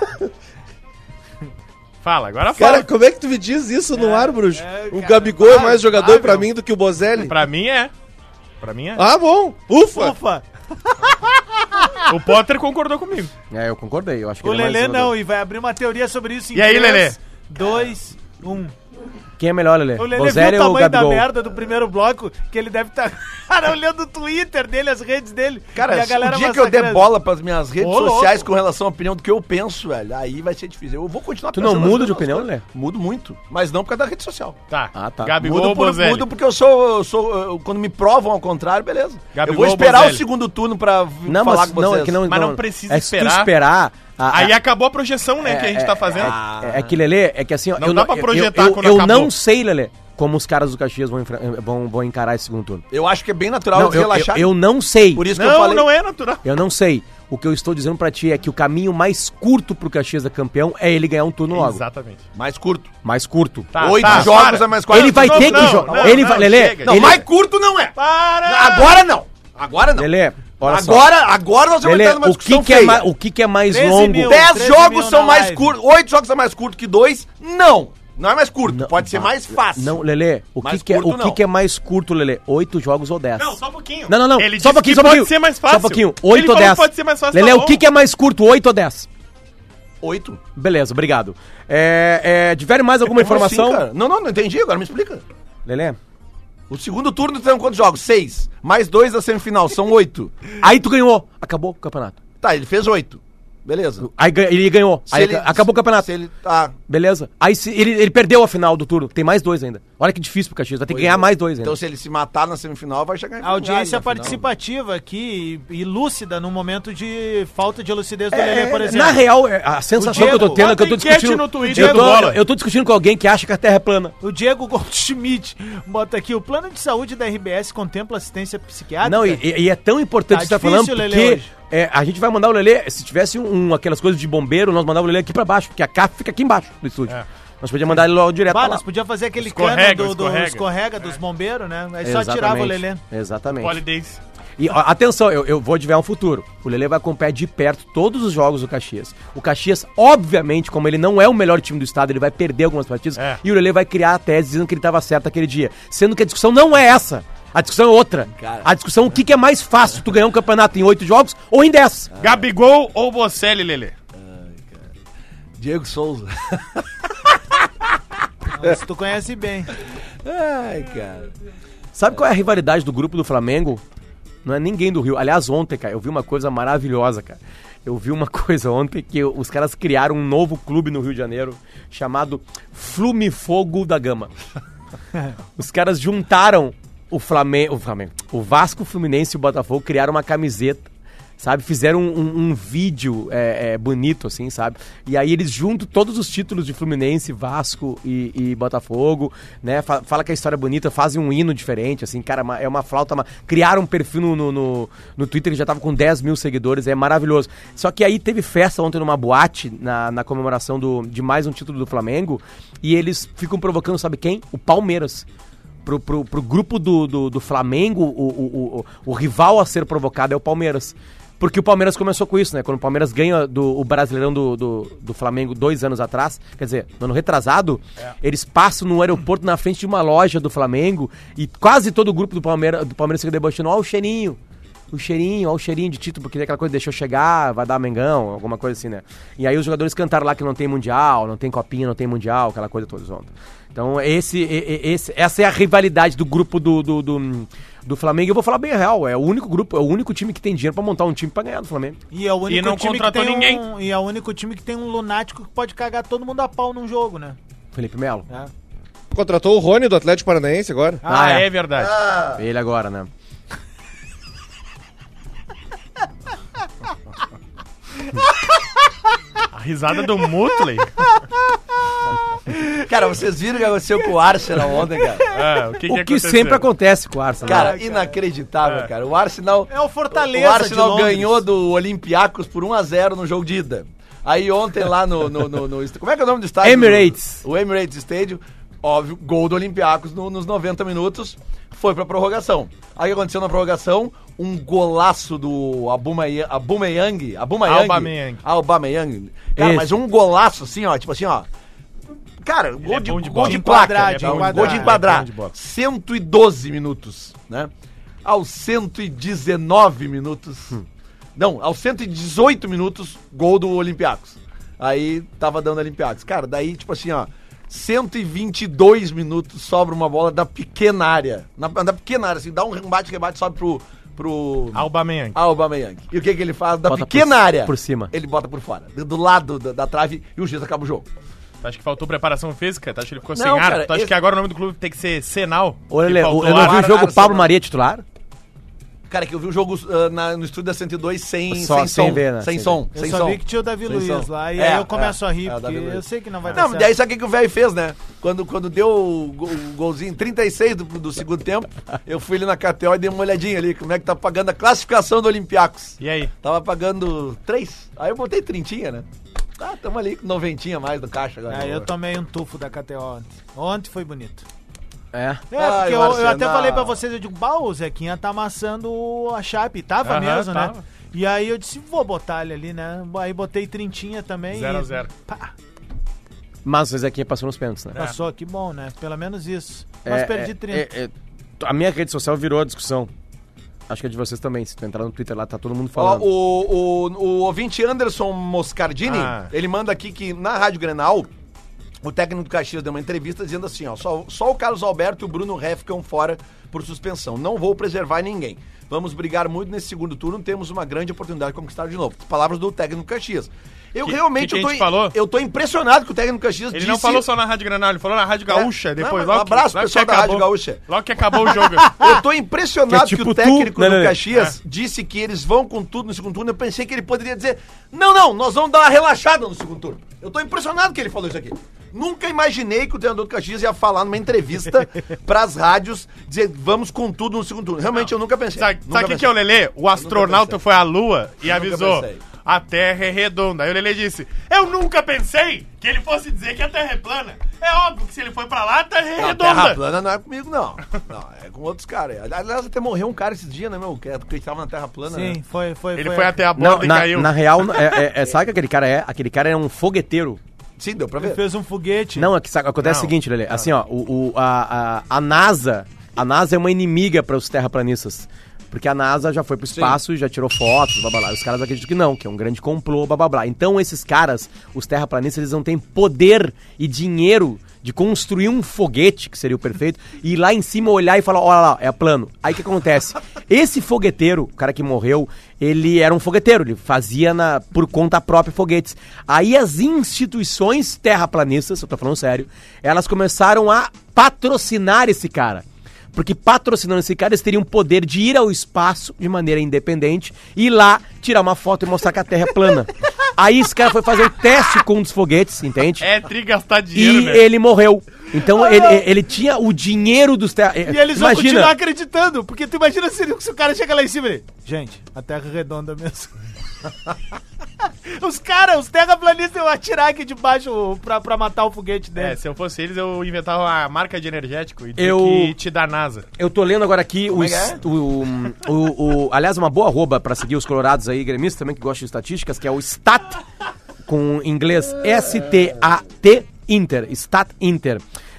Fala, agora fala. Cara, como é que tu me diz isso no ar, bruxo? O cara, Gabigol é mais jogador pra meu. mim do que o Bozelli? Pra mim é. Ah, bom. Ufa. Ufa! O Potter concordou comigo. Eu concordei, eu acho que O ele é mais Lelê jogador. não, e vai abrir uma teoria sobre isso em E aí, Lelê? 2, 1. Quem é melhor, Lelê? O Lelê Bozelli viu o ou tamanho da Gabigol? merda do primeiro bloco, que ele deve estar olhando o Twitter dele, as redes dele. Cara, e a galera o dia que eu der massacrando. bola pras minhas redes Ô, sociais louco. com relação à opinião do que eu penso, velho, aí vai ser difícil. Eu vou continuar Tu não pensando muda nas de mesmas opinião, coisas. Lelê? Mudo muito, mas não por causa da rede social. Tá. Ah, tá. Gabigol Mudo, ou Bozelli? mudo porque quando me provam ao contrário, beleza. Gabigol eu vou ou esperar Bozelli? o segundo turno pra Não, falar mas com vocês. é que não, Mas não precisa é que se tu esperar. esperar. Aí acabou a projeção, né, que a gente tá fazendo. É que, Lelê, é que assim, ó, Não dá pra projetar quando eu acabou. não sei, Lelê, como os caras do Caxias vão encarar esse segundo turno. Eu acho que é bem natural Não, eles relaxarem. eu não sei. Por isso que eu Não, falei. não é natural. Eu não sei. O que eu estou dizendo pra ti é que o caminho mais curto pro Caxias da campeão é ele ganhar um turno logo. Exatamente. Mais curto. Mais curto. Tá, 8 tá, jogos para. é mais 4. Ele vai não, ter não, que jogar. não, Ele não, vai, Lelê. chega. Não, ele- mais curto não é. Para! Agora não. Agora não. Lelê, olha só. Agora nós vamos Lelê, entrar numa o discussão que, que é mais 13 longo? mil. 10 13 jogos mil são na mais live. curtos. 8 jogos são mais curtos que 2? Não. Não é mais curto. Não, Pode ser mais fácil. Não, Lelê, Mais que é, curto, não. que é mais curto, Lelê? 8 jogos ou 10? Não, só um pouquinho. Não. Ele Só um disse pouquinho, que só um pouquinho. pode ser mais fácil. Só um pouquinho. Ele 8 ou falou 10? que pode ser mais fácil, Lelê, tá o bom. que é mais curto, 8 ou 10? 8. Beleza, obrigado. Tiver mais alguma informação? Assim, cara? Não entendi. Agora me explica. Lelê? O segundo turno tem quantos jogos? 6. Mais 2 da semifinal. São 8. Aí tu ganhou. Acabou o campeonato. Tá, ele fez 8. beleza. Aí ele ganhou. Aí acabou o campeonato. Se ele, Beleza. Aí ele perdeu a final do turno. Tem mais 2 ainda. Olha que difícil pro Caxias. Vai ter que ganhar mais 2 ainda. Então se ele se matar na semifinal, vai chegar em A audiência final. participativa aqui e lúcida no momento de falta de lucidez do Lelê, por exemplo. Na real, a sensação que eu tô tendo é que eu tô bota enquete discutindo. no Twitter do Eu Bola. tô discutindo com alguém que acha que a Terra é plana. O Diego Goldschmidt bota aqui: o plano de saúde da RBS contempla assistência psiquiátrica? Não, e é tão importante Tá isso que você tá difícil, falando, Lelê, porque hoje. a gente vai mandar o Lelê, se tivesse aquelas coisas de bombeiro, nós mandava o Lelê aqui pra baixo, porque a CAF fica aqui embaixo do estúdio. Nós podíamos mandar ele logo direto pra lá. Nós podíamos fazer aquele Escorrega, cano do escorrega. escorrega dos bombeiros, né? Aí só Exatamente. tirava o Lelê. Exatamente. Polidense. E ó, atenção, eu vou adivinhar um futuro. O Lelê vai acompanhar de perto todos os jogos do Caxias. O Caxias, obviamente, como ele não é o melhor time do estado, ele vai perder algumas partidas. E o Lelê vai criar a tese dizendo que ele estava certo aquele dia. Sendo que a discussão não é essa. A discussão é outra. Cara. A discussão é o que é mais fácil, tu ganhar um campeonato em 8 jogos ou em 10. Gabigol ou Bocelli, Lelê? Diego Souza. Nossa, tu conhece bem. Ai, cara. Sabe qual é a rivalidade do grupo do Flamengo? Não é ninguém do Rio. Aliás, ontem, cara, eu vi uma coisa maravilhosa, cara. Eu vi uma coisa ontem que os caras criaram um novo clube no Rio de Janeiro chamado Flumifogo da Gama. Os caras juntaram o Vasco, o Fluminense e o Botafogo, criaram uma camiseta, sabe? Fizeram um vídeo bonito, assim, sabe? E aí eles juntam todos os títulos de Fluminense, Vasco e Botafogo, né? Fala que a história é bonita, fazem um hino diferente, assim, cara, é uma flauta. Criaram um perfil no Twitter que já tava com 10 mil seguidores, é maravilhoso. Só que aí teve festa ontem numa boate, na comemoração de mais um título do Flamengo, e eles ficam provocando, sabe quem? O Palmeiras. Pro grupo do Flamengo, o rival a ser provocado é o Palmeiras. Porque o Palmeiras começou com isso, né? Quando o Palmeiras ganha o Brasileirão do Flamengo 2 anos atrás, quer dizer, no ano retrasado, eles passam no aeroporto na frente de uma loja do Flamengo e quase todo o grupo do Palmeiras fica debochando, ó o cheirinho de título, porque tem aquela coisa, deixou chegar, vai dar Mengão, alguma coisa assim, né? E aí os jogadores cantaram lá que não tem Mundial, não tem Copinha, não tem Mundial, aquela coisa toda ontem. Então essa é a rivalidade do grupo do Flamengo. Eu vou falar bem a real, é o único grupo, é o único time que tem dinheiro pra montar um time pra ganhar do Flamengo. E é o único não time contratou que tem ninguém. E é o único time que tem um lunático que pode cagar todo mundo a pau num jogo, né? Felipe Melo. Contratou o Rony do Atlético Paranaense agora. É verdade. Ele agora, né? A risada do Mutley. Cara, vocês viram o que aconteceu com o Arsenal ontem, cara? O que O que aconteceu? sempre acontece com o Arsenal. Cara, inacreditável, cara. O Arsenal... É o Fortaleza O Arsenal de Londres. ganhou do Olympiacos por 1-0 no jogo de ida. Aí ontem lá no como é que é o nome do estádio? Emirates. O Emirates Stadium. Óbvio, gol do Olympiacos nos 90 minutos. Foi pra prorrogação. Aí o que aconteceu na prorrogação? Um golaço do Aubameyang. Cara, Esse. mas um golaço assim, ó. Tipo assim, ó. Cara, gol de, bom de gol bola. de De placa, enquadrar, né? de Gol enquadrar. de enquadrar. É bom de bola. 112 minutos, né? Aos 119 minutos... Não, aos 118 minutos, gol do Olympiacos. Aí tava dando Olympiacos. Cara, daí, tipo assim, ó, 122 minutos sobra uma bola da pequena área. Da pequena área, assim, dá um bate-rebate, sobe pro Aubameyang. Aubameyang. E o que ele faz? Da Bota pequena área. por cima. Ele bota por fora. Do lado da trave e o juiz acaba o jogo. Tu acha que faltou preparação física? Tu acha que ele ficou Não, sem ar? cara, Tu acha que agora o nome do clube tem que ser Senal? Olha, Que faltou eu não vi ar? o jogo Arsenal. Pablo Maria titular? Cara, que eu vi o jogo no estúdio da 102 sem Sem som. ver, né? Sem Sem som. Eu sem só som. vi que tinha o Davi Sem Luiz som. lá e aí eu começo a rir, o porque Davi Luiz. eu sei que não vai dar Não, certo. daí sabe o que o velho fez, né? Quando deu o golzinho 36 do segundo tempo, eu fui ali na KTO e dei uma olhadinha ali, como é que tá pagando a classificação do Olympiacos. E aí? Tava pagando 3. Aí eu botei 30, né? Tá, tamo ali com 90 mais do caixa agora. Aí eu tomei um tufo da KTO ontem. Ontem foi bonito. É. É, Ai, porque o eu Arsenal. até falei pra vocês, eu digo, bah, o Zequinha tá amassando a Chape. Tava mesmo, né? tava. E aí eu disse, vou botar ele ali, né? Aí botei 30 também. 0-0. Pá, Mas o Zequinha passou nos pênaltis, né? passou, que bom, né? Pelo menos isso. Mas perdi 30. A minha rede social virou a discussão. Acho que é de vocês também. Se tu entrar no Twitter lá, tá todo mundo Ó, falando. o ouvinte Anderson Moscardini, Ah. ele manda aqui que na Rádio Grenal, o técnico do Caxias deu uma entrevista dizendo assim, ó, só o Carlos Alberto e o Bruno Ré ficam fora por suspensão. Não vou preservar ninguém. Vamos brigar muito nesse segundo turno, temos uma grande oportunidade de conquistar de novo. Palavras do técnico do Caxias. Eu tô impressionado que o técnico do Caxias Ele disse... não falou só na Rádio Granal, ele falou na Rádio Gaúcha. Depois, um abraço, pessoal da Rádio Gaúcha. Logo que acabou o jogo. Eu tô impressionado Que é tipo que o técnico do Caxias disse que eles vão com tudo no segundo turno. Eu pensei que ele poderia dizer, não, nós vamos dar uma relaxada no segundo turno. Eu tô impressionado que ele falou isso aqui. Nunca imaginei que o treinador do Caxias ia falar numa entrevista pras rádios, dizer, vamos com tudo no segundo turno. Realmente eu nunca pensei. Sabe o que é o Lelê? O astronauta foi à Lua e avisou, pensei. a Terra é redonda. Aí o Lelê disse, eu nunca pensei que ele fosse dizer que a Terra é plana. É óbvio que se ele foi pra lá, a Terra é redonda. Terra plana não é comigo, não. Não, é com outros caras. Aliás, até morreu um cara esses dias, né, meu? Que estava na Terra plana, Sim, né? foi. Ele foi até a Não, borda e caiu. na real, sabe que aquele cara é? Aquele cara é um fogueteiro. Sim, deu pra Ele ver. fez um foguete. Não, acontece o seguinte, Lelê. Assim, ó, a NASA é uma inimiga para os terraplanistas. Porque a NASA já foi pro espaço e já tirou fotos, blá blá blá. Os caras acreditam que não, que é um grande complô, blá blá blá. Então esses caras, os terraplanistas, eles não têm poder e dinheiro de construir um foguete, que seria o perfeito, e ir lá em cima olhar e falar, olha lá, é plano. Aí o que acontece? Esse fogueteiro, o cara que morreu, ele era um fogueteiro, ele fazia por conta própria foguetes. Aí as instituições terraplanistas, eu tô falando sério, elas começaram a patrocinar esse cara. Porque patrocinando esse cara, eles teriam o poder de ir ao espaço de maneira independente, ir lá, tirar uma foto e mostrar que a Terra é plana. Aí esse cara foi fazer o teste com um dos foguetes, entende? É gastar dinheiro, E né? ele morreu. Então ele tinha o dinheiro dos terra... E eles vão continuar acreditando, porque tu imagina se o cara chega lá em cima e ele... Gente, a Terra é redonda mesmo. Os terraplanistas iam atirar aqui de baixo pra matar o foguete dele. Se eu fosse eles, eu inventava uma marca de energético e dizer que te dá NASA. Eu tô lendo agora aqui aliás, uma boa arroba pra seguir os colorados aí, gremistas também que gostam de estatísticas, que é o Stat, com inglês STAT Inter, Stat Inter.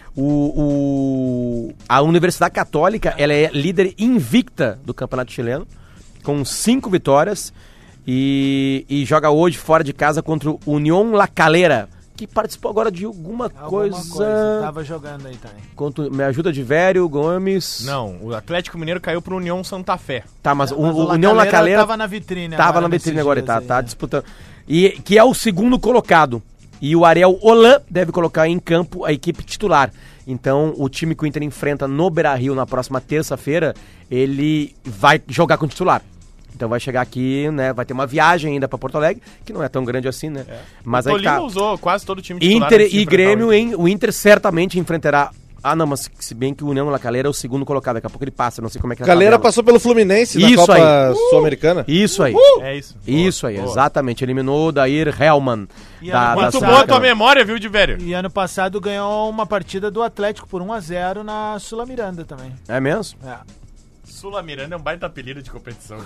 A Universidade Católica, ela é líder invicta do Campeonato Chileno, com 5 vitórias, e joga hoje fora de casa contra o Unión La Calera, que participou agora de alguma coisa. Tava jogando aí também. Me ajuda de Vério, Gomes. Não, o Atlético Mineiro caiu pro União Santa Fé. Tá, mas o União La Calera tava na vitrine. Tava na vitrine agora, tá disputando. E que é o segundo colocado. E o Ariel Holan deve colocar em campo a equipe titular. Então, o time que o Inter enfrenta no Beira-Rio na próxima terça-feira, ele vai jogar com o titular. Então vai chegar aqui, né? Vai ter uma viagem ainda pra Porto Alegre, que não é tão grande assim, né? Mas o aí Tolima tá. usou quase todo o time titular. Inter e Grêmio, o Inter certamente enfrentará. Ah, não, mas se bem que o União La Calera é o segundo colocado, daqui a pouco ele passa, não sei como é que é. Calera passou pelo Fluminense na Copa Sul-Americana. Isso aí. É isso. Isso aí, exatamente. Eliminou o Dair Hellman. Muito boa a tua memória, viu, de velho? E ano passado ganhou uma partida do Atlético por 1-0 na Sula Miranda também. É mesmo? É. Sula Miranda é um baita apelido de competição.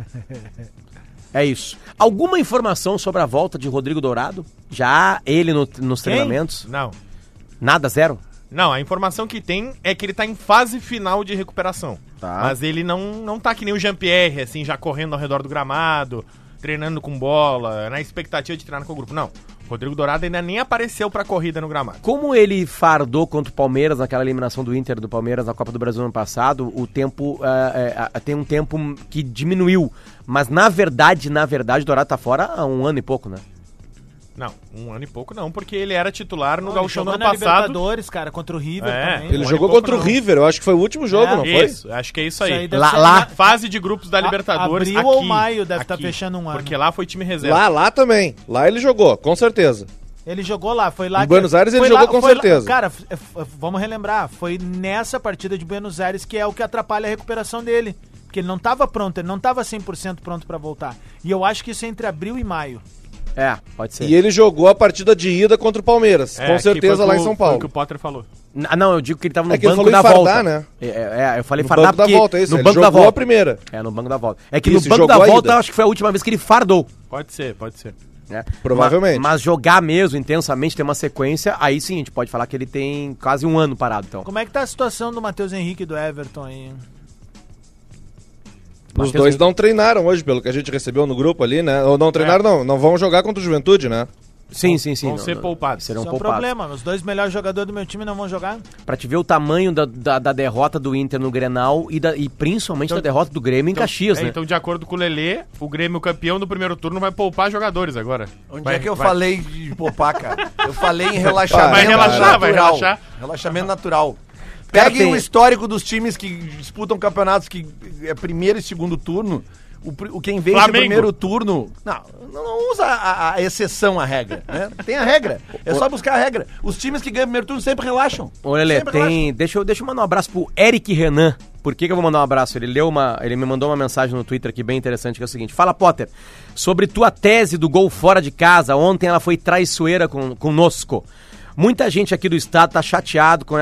É isso. Alguma informação sobre a volta de Rodrigo Dourado? Já ele nos treinamentos? Não. Nada, zero? Não, a informação que tem é que ele tá em fase final de recuperação. Tá. Mas ele não tá que nem o Jean-Pierre, assim, já correndo ao redor do gramado, treinando com bola, na expectativa de treinar com o grupo. Não. O Rodrigo Dourado ainda nem apareceu pra corrida no gramado. Como ele fardou contra o Palmeiras naquela eliminação do Inter do Palmeiras na Copa do Brasil ano passado, o tempo tem um tempo que diminuiu. Mas na verdade, o Dourado tá fora há 1 ano e pouco, né? Não, 1 ano e pouco não, porque ele era titular no Gauchão do ano na passado. Libertadores, cara, contra o River também. Ele jogou contra o River, eu acho que foi o último jogo, não foi? Isso, acho que é isso aí. Lá fase de grupos da Libertadores. Abril ou maio deve estar fechando 1 ano. Porque lá foi time reserva. Lá também. Lá ele jogou, com certeza. Ele jogou lá, foi lá. Em Buenos Aires ele jogou com certeza. Cara, vamos relembrar, foi nessa partida de Buenos Aires que é o que atrapalha a recuperação dele. Porque ele não estava pronto, ele não estava 100% pronto pra voltar. E eu acho que isso é entre abril e maio. É, pode ser. E ele jogou a partida de ida contra o Palmeiras, com certeza lá em São Paulo. Foi o que o Potter falou. Não, eu digo que ele tava no que ele banco falou da em volta. fardar, né? Eu falei No fardar banco da volta, é isso. no Ele banco da jogou volta. a primeira. No banco da volta. É que Isso, no banco da jogou a volta ida. eu acho que foi a última vez que ele fardou. Pode ser. Né? Provavelmente. Mas jogar mesmo, intensamente, ter uma sequência, aí sim, a gente pode falar que ele tem quase 1 ano parado, então. Como é que tá a situação do Matheus Henrique e do Everton aí? Os dois não treinaram hoje, pelo que a gente recebeu no grupo ali, né? Ou não treinaram, não vão jogar contra o Juventude, né? Sim. Vão ser poupados. Serão Isso é um poupados. problema. Os 2 melhores jogadores do meu time não vão jogar. Pra te ver o tamanho da derrota do Inter no Grenal e principalmente da derrota do Grêmio em Caxias, né? Então, de acordo com o Lelê, o Grêmio campeão do primeiro turno vai poupar jogadores agora. Onde é que eu falei de poupar, cara? Eu falei em relaxamento Vai relaxar, vai natural. relaxar. Relaxamento natural. Cara, Peguem tem- o histórico dos times que disputam campeonatos que é primeiro e segundo turno. O quem vence Flamengo. o primeiro turno. Não usa a exceção à regra, né? Tem a regra. É só buscar a regra. Os times que ganham o primeiro turno sempre relaxam. Ô, Lelê, Sempre relaxam. deixa eu mandar um abraço pro Eric Renan. Por que eu vou mandar um abraço? Ele me mandou uma mensagem no Twitter aqui bem interessante, que é o seguinte: fala, Potter, sobre tua tese do gol fora de casa. Ontem ela foi traiçoeira conosco. Muita gente aqui do estado tá chateado com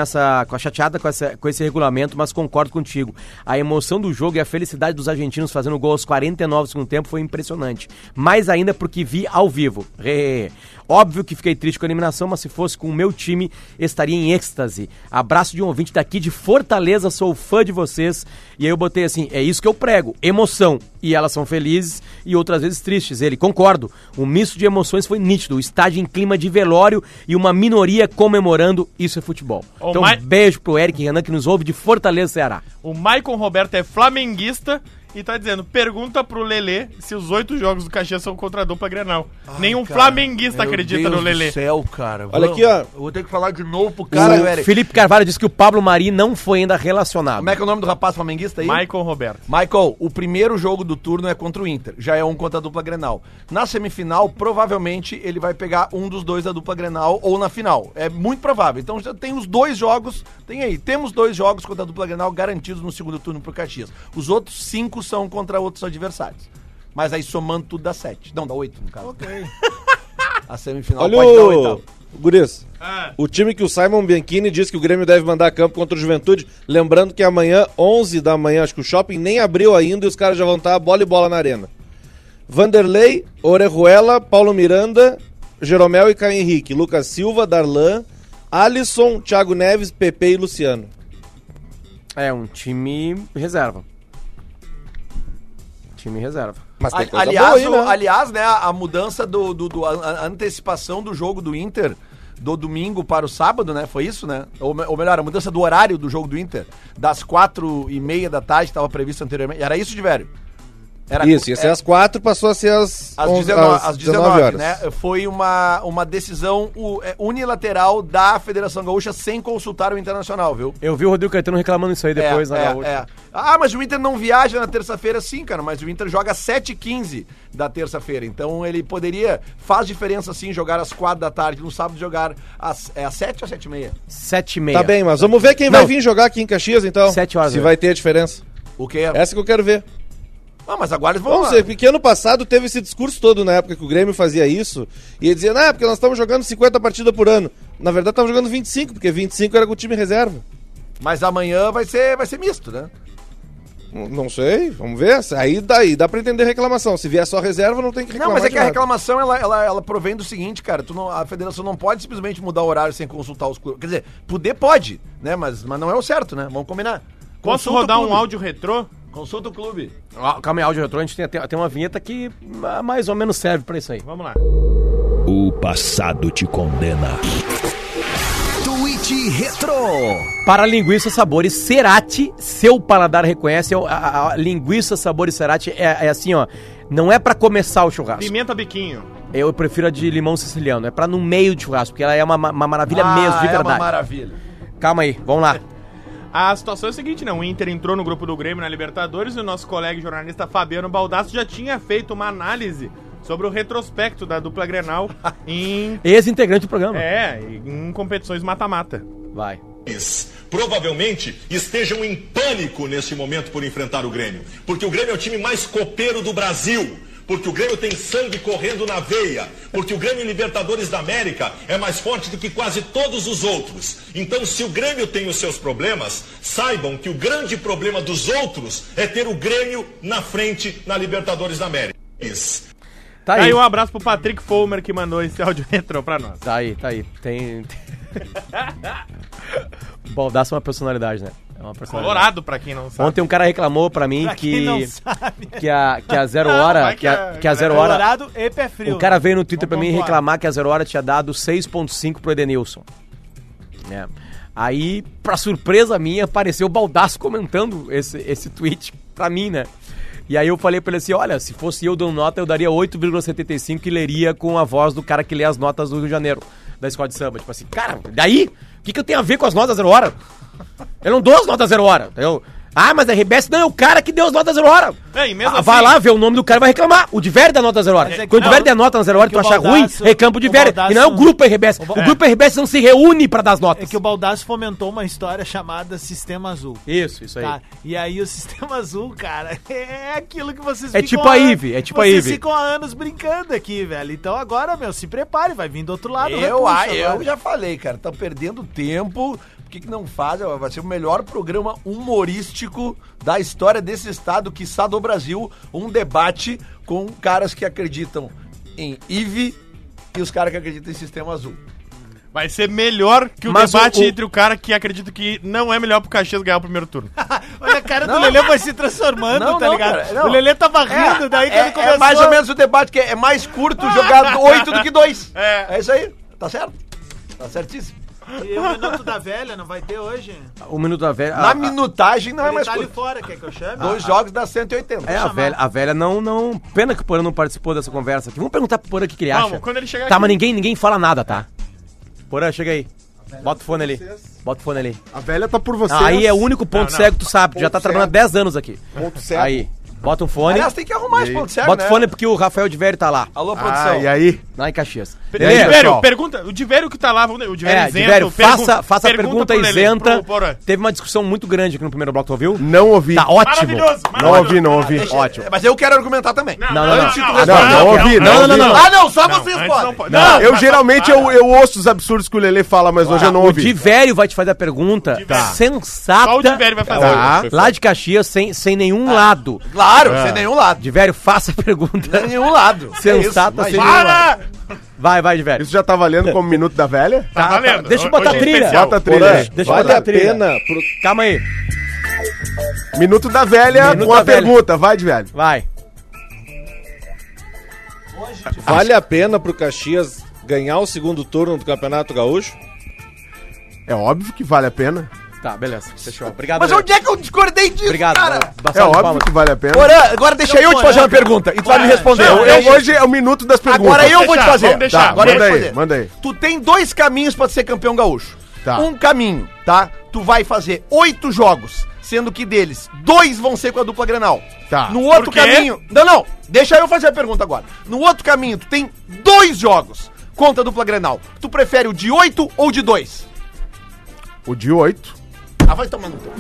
esse regulamento, mas concordo contigo. A emoção do jogo e a felicidade dos argentinos fazendo gol aos 49 do segundo tempo foi impressionante. Mais ainda porque vi ao vivo. Óbvio que fiquei triste com a eliminação, mas se fosse com o meu time, estaria em êxtase. Abraço de um ouvinte daqui de Fortaleza, sou fã de vocês. E aí eu botei assim, é isso que eu prego, emoção. E elas são felizes e outras vezes tristes. Ele, concordo, o misto de emoções foi nítido. O estádio em clima de velório e uma minoria comemorando, isso é futebol. Ô, Então, beijo pro Eric Renan, que nos ouve de Fortaleza, Ceará. O Maicon Roberto é flamenguista e tá dizendo, pergunta pro Lelê se os 8 jogos do Caxias são contra a dupla Grenal. Nenhum flamenguista acredita no Lelê. Meu Deus do céu, cara. Olha aqui, ó. Eu vou ter que falar de novo pro cara, O Eric. Felipe Carvalho disse que o Pablo Mari não foi ainda relacionado. Como é que é o nome do rapaz flamenguista aí? Maicon Roberto. Michael, o primeiro jogo do turno é contra o Inter. Já é um contra a dupla Grenal. Na semifinal, provavelmente, ele vai pegar um dos dois da dupla Grenal ou na final. É muito provável. Então já tem os 2 jogos. Temos 2 jogos contra a dupla Grenal garantidos no segundo turno pro Caxias. Os outros 5 são contra outros adversários. Mas aí somando tudo dá 7. Não, dá 8 no caso. Ok. A semifinal Olha pode dar o oitavo. Guris. O time que o Simon Bianchini disse que o Grêmio deve mandar a campo contra o Juventude. Lembrando que amanhã, 11 da manhã, acho que o shopping nem abriu ainda e os caras já vão estar bola e bola na arena. Vanderlei, Orejuela, Paulo Miranda, Jeromel e Caio Henrique, Lucas Silva, Darlan, Alisson, Thiago Neves, Pepe e Luciano. É um time reserva. Time reserva. Mas tem coisa Aliás, boa aí, né? aliás, né, a mudança a antecipação do jogo do Inter do domingo para o sábado, né? Foi isso, né? Ou melhor, a mudança do horário do jogo do Inter, das 4:30 da tarde, estava previsto anteriormente. Era isso, Diverio? Isso, ia ser às 4, passou a ser às 19 horas. né? Foi uma decisão unilateral da Federação Gaúcha sem consultar o Internacional, viu? Eu vi o Rodrigo Caetano reclamando isso aí depois na Gaúcha. Ah, mas o Inter não viaja na terça-feira, sim, cara. Mas o Inter joga às 7h15 da terça-feira. Então ele poderia, faz diferença sim, jogar às 4 da tarde, no sábado jogar às 7 ou 7h30? 7h30. Tá bem, mas vamos ver quem vai vir jogar aqui em Caxias, então. 7 horas, Se né? vai ter a diferença. O quê? Essa que eu quero ver. Ah, mas agora eles vão Vamos lá. ver, porque ano passado teve esse discurso todo na época que o Grêmio fazia isso, e ele dizia, porque nós estamos jogando 50 partidas por ano. Na verdade, estamos jogando 25, porque 25 era com o time reserva. Mas amanhã vai ser misto, né? Não sei, vamos ver. Aí dá pra entender a reclamação. Se vier só reserva, não tem que reclamar. Não, mas é de que a nada. reclamação, ela provém do seguinte, cara, a federação não pode simplesmente mudar o horário sem consultar os clubes. Quer dizer, poder pode, né? Mas não é o certo, né? Vamos combinar. Posso Consulta rodar o clube. um áudio retrô? Consulta o clube. Calma aí, áudio retrô, a gente tem uma vinheta que mais ou menos serve pra isso aí. Vamos lá. O passado te condena. Tweet Retro. Para linguiça sabores Cerati, seu paladar reconhece, a linguiça sabores Cerati é assim, ó, não é pra começar o churrasco. Pimenta biquinho. Eu prefiro a de limão siciliano, é pra no meio de churrasco, porque ela é uma maravilha mesmo, de É verdade. uma maravilha. Calma aí, vamos lá. A situação é a seguinte, né? O Inter entrou no grupo do Grêmio na Libertadores e o nosso colega e jornalista Fabiano Baldasso já tinha feito uma análise sobre o retrospecto da dupla Grenal em Ex-integrante do programa. em competições mata-mata. Vai. Provavelmente estejam em pânico neste momento por enfrentar o Grêmio. Porque o Grêmio é o time mais copeiro do Brasil. Porque o Grêmio tem sangue correndo na veia. Porque o Grêmio Libertadores da América é mais forte do que quase todos os outros. Então, se o Grêmio tem os seus problemas, saibam que o grande problema dos outros é ter o Grêmio na frente na Libertadores da América. Isso. Tá Aí aí, um abraço pro Patrick Fulmer que mandou esse áudio retrô pra nós. tá aí. Baldasso é uma personalidade, né? É uma personalidade. Colorado, pra quem não sabe. Ontem um cara reclamou pra mim Pra quem não sabe. que a Zero Não, Hora... vai que a Zero Hora... Colorado e pé frio. O cara veio no Twitter pra Vamos mim pontuar. reclamar que a Zero Hora tinha dado 6.5 pro Edenilson. É. Aí, pra surpresa minha, apareceu o Baldasso comentando esse tweet pra mim, né? E aí eu falei pra ele assim, olha, se fosse eu dando nota, eu daria 8,75 e leria com a voz do cara que lê as notas do Rio de Janeiro, da escola de samba. Tipo assim, cara, daí? O que eu tenho a ver com as notas Zero Hora? Eu não dou as notas Zero Hora. Mas a RBS não é o cara que deu as notas Zero Hora. É, e mesmo Vai assim- lá ver o nome do cara e vai reclamar. O Diver dá nota Zero Hora. Mas é que Quando o Diver não, der nota na Zero Hora e tu é que o achar ruim, Baldasso- reclama o Diver. o E não é o Baldasso- grupo RBS. O grupo RBS não se reúne pra dar as notas. É que o Baldasso fomentou uma história chamada Sistema Azul. Isso aí. Tá? E aí o Sistema Azul, cara, é aquilo que vocês É tipo a Ive, é tipo a vocês Ive. ficam há anos brincando aqui, velho. Então agora, meu, se prepare, vai vir do outro lado. o Eu repuxo eu agora. já falei, cara, tá perdendo tempo. Por que não faz? Vai ser o melhor programa humorístico da história desse estado, quiçá do Brasil. Um debate com caras que acreditam em IVE e os caras que acreditam em Sistema Azul. Vai ser melhor que o Mas debate o- entre o cara que acredita que não é melhor pro Caxias ganhar o primeiro turno. Olha a cara do Lelê vai se transformando, Não, tá não, ligado? cara, não. O Lelê tava rindo, daí quando começou... É mais ou menos o debate que é mais curto jogar 8 do que 2. É isso aí, tá certo? Tá certíssimo. E o Minuto da Velha não vai ter hoje? O Minuto da Velha... Na minutagem não é Ele mais tá ali curto. fora, quer que eu chame? 2 jogos dá 180. A velha não... Pena que o Porã não participou dessa conversa aqui. Vamos perguntar pro Porã o que ele acha. Vamos, quando ele chegar Tá, aqui- mas ninguém fala nada, tá? Porã, chega aí. Bota o fone ali. Bota o fone ali. A velha tá por vocês. Aí é o único ponto Não, cego que tu sabe. Tu já tá Ponto trabalhando há cego. 10 anos aqui. Ponto cego. Aí. Bota um fone. Aliás, tem que arrumar esse ponto certo, Bota né? o fone porque o Rafael de Vério tá lá. Alô, produção. E aí? Lá em Caxias. Divério, pessoal? pergunta. O Divério que tá lá, o Divério De Vério, faça a pergunta pro Lelê, isenta. pro Porã. Teve uma discussão muito grande aqui no primeiro bloco, tu ouviu? Não ouvi. Tá ótimo. Maravilhoso, Não ouvi, não ouvi. Ótimo. Mas eu quero argumentar também. Não. Antes de tu Não, responder. não ouvi, não ouvi. Ah, não, só Não, vocês antes podem. não pode. Não, Eu geralmente eu ouço os absurdos que o Lelê fala, mas hoje eu não O ouvi. Divério vai te fazer a pergunta Divério. sensata. Só o Divério vai fazer. Tá. Lá de Caxias, sem nenhum lado. Claro, sem nenhum lado. Divério, faça a pergunta. Sem nenhum lado. Sensata, É isso, sem imagina. nenhum lado. Vai, Divério. Isso já tá valendo como Minuto da Velha? Tá valendo. Deixa eu botar Hoje a é trilha. especial. Bota a trilha Porã, aí. Deixa eu vale botar a a trilha. pena Calma aí. Minuto da Velha Minuto com a da Velha. pergunta. Vai, de velho. Vai. vale a pena pro Caxias ganhar o segundo turno do Campeonato Gaúcho? É óbvio que vale a pena. Tá, beleza. Fechou. Obrigado. Mas Divério. onde é que eu discordei disso, Obrigado. cara? É óbvio que vale a pena. Porã, agora deixa eu te fazer uma pergunta e tu vai me responder. Hoje é o Minuto das perguntas. Agora eu vou te deixar, fazer. vamos deixar. Tá, agora eu Manda vou te aí, fazer. manda aí. Tu tem 2 caminhos pra ser campeão gaúcho. Tá. Um caminho, tá? Tu vai fazer 8 jogos, sendo que deles 2 vão ser com a dupla Grenal. Tá. No outro Por quê? caminho... Não. Deixa eu fazer a pergunta agora. No outro caminho, tu tem 2 jogos contra a dupla Grenal. Tu prefere o de 8 ou de 2? O de 8. Ah, vai tomando teu.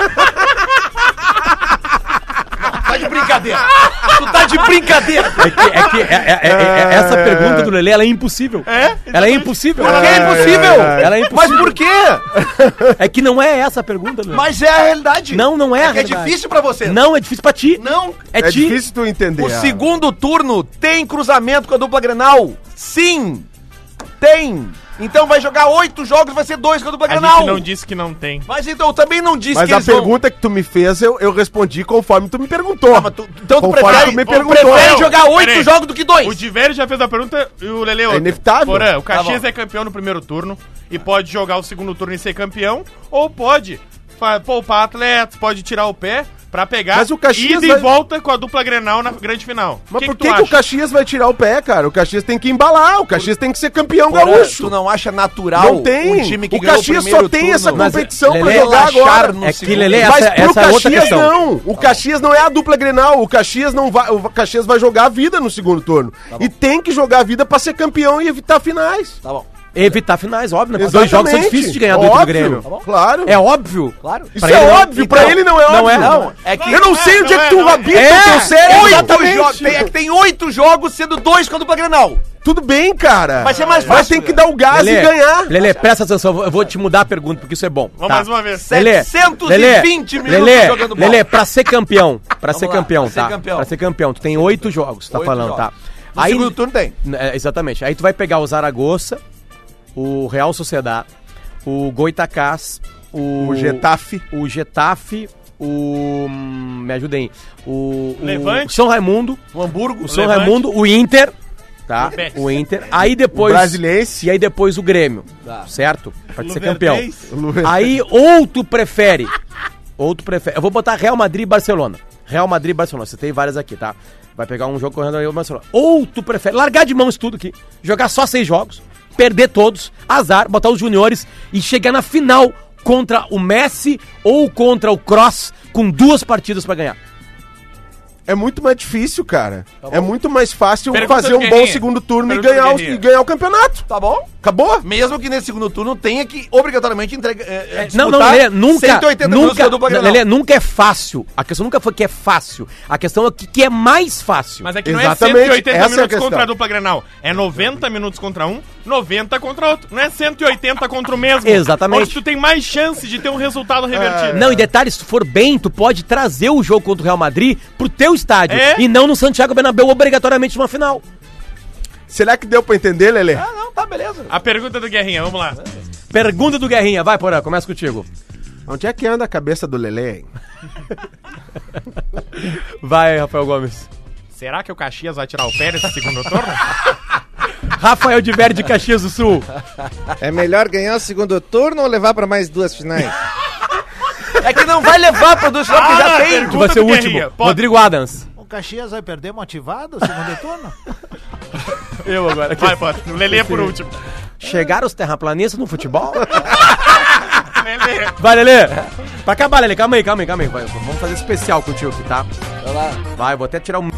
Tá de brincadeira. Tu tá de brincadeira. Essa pergunta do Lelê, ela é impossível. Ela é impossível. Por que é impossível? Ela é Mas impossível. por quê? É que não é essa a pergunta, Lelê. Mas é a realidade. Não é a que é realidade. difícil pra você. Não, é difícil pra ti. Não. É, É ti. difícil tu entender. O segundo turno tem cruzamento com a dupla Grenal? Sim. Tem. Então vai jogar 8 jogos, vai ser 2 com a dupla A gente Grenal. não disse que não tem. Mas então eu também não disse Mas que a eles vão... pergunta que tu me fez, eu respondi conforme tu me perguntou. Ah, mas então tu Conforme prefere, tu me tu perguntou. prefere jogar 8 Peraí. jogos do que 2. O Divério já fez a pergunta e o Lelê outra. inevitável. Porã, o Caxias Tá bom. é campeão no primeiro turno e pode jogar o segundo turno e ser campeão, ou pode poupar atletas, pode tirar o pé pra pegar Mas o Caxias ida e vai- volta com a dupla Grenal na grande final. Mas por tu que o acha? Caxias vai tirar o pé, cara? O Caxias tem que embalar, o Caxias tem que ser campeão Porã, gaúcho. tu não acha natural Não tem. um time que O ganhou Caxias primeiro só tem turno, essa mas competição pra Lelê, jogar relaxar agora. no É que, segundo? Lelê, Mas essa pro é outra Caxias questão. não. O Caxias não é a dupla Grenal. O Caxias não vai. O Caxias vai jogar a vida no segundo turno. E tem que jogar a vida pra ser campeão e evitar finais. Tá bom. Evitar finais, óbvio, né? Porque 2 jogos são difíceis de ganhar do Óbvio, Grêmio. Claro. É óbvio. Claro. Isso pra é ele não- óbvio, pra Então, ele não é não óbvio. é. Não, é que... Eu não sei onde é que tu não é. habita É, o teu cérebro. 8 exatamente. jogos. É que tem 8 jogos sendo 2 com a dupla Grenal. Tudo bem, cara. Vai ser mais Mas fácil. tem que dar o gás e ganhar. Lelê, presta atenção, eu vou te mudar a pergunta, porque isso é bom. Vamos mais uma vez. Lelê, 720 minutos Lelê, jogando bola. Lelê, pra ser campeão, pra ser lá, campeão, pra ser tá? campeão. Pra ser campeão, tu tem 8 jogos, tá 8 falando, jogos. tá? No segundo turno tem. Exatamente. Aí tu vai pegar o Zaragoza, o Real Sociedad, o Goitacás O Getafe. O Getafe, me ajudem. O Levante. São Raimundo. O Hamburgo. O São Levante. Raimundo, o Inter. Tá? O Betis. O Inter. Aí depois. O Brasiliense. E aí depois o Grêmio. Tá. Certo? Pra ser Luverdense. campeão. Aí, ou tu prefere. Eu vou botar Real Madrid e Barcelona. Real Madrid e Barcelona. Você tem várias aqui, tá? Vai pegar um jogo correndo aí o Barcelona. Ou tu prefere largar de mão isso tudo aqui. Jogar só 6 jogos. Perder todos. Azar. Botar os juniores. E chegar na final contra o Messi ou contra o Kroos com 2 partidas pra ganhar. É muito mais difícil, cara. É muito mais fácil Pergunta fazer do um bom Guerrinha. segundo turno e Pergunta do ganhar, Guerrinha. e ganhar o campeonato. Tá bom? Acabou? Mesmo que nesse segundo turno tenha que obrigatoriamente Não, Lelê, nunca, 180 minutos nunca, da dupla Grenal. Lelê, nunca é fácil. A questão nunca foi que é fácil. A questão é que é mais fácil. Mas é que não Exatamente, é 180 essa é a minutos questão. contra a dupla Grenal. É 90 minutos contra um, 90 contra outro. Não é 180 contra o mesmo. Exatamente. Onde tu tem mais chance de ter um resultado revertido. Não, e detalhe, se tu for bem, tu pode trazer o jogo contra o Real Madrid pro teu estádio. É? E não no Santiago Bernabéu obrigatoriamente numa final. Será que deu pra entender, Lelê? Ah, não, tá, beleza. A pergunta do Guerrinha, vamos lá. Pergunta do Guerrinha. Vai, Porã, começa contigo. Onde é que anda a cabeça do Lelê, hein? Vai, Rafael Gomes. Será que o Caxias vai tirar o pé nesse segundo turno? Rafael de Verde, Caxias do Sul. É melhor ganhar o segundo turno ou levar pra mais 2 finais? É que não vai levar pra do final que já tem. pergunta Tu vai ser o do último. Guerrinha. Pode. Rodrigo Adams. O Caxias vai perder motivado o segundo turno? Eu agora. Vai, pode. O Lelê por último. Chegaram os terraplanistas no futebol? Lelê. Vai, Lelê. Pra acabar, Lelê. Calma aí. Vai, vamos fazer especial contigo aqui, tá? Vai lá. Vai, vou até tirar um...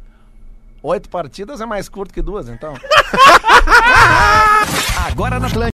8 partidas é mais curto que 2, então. Agora na Atlântica.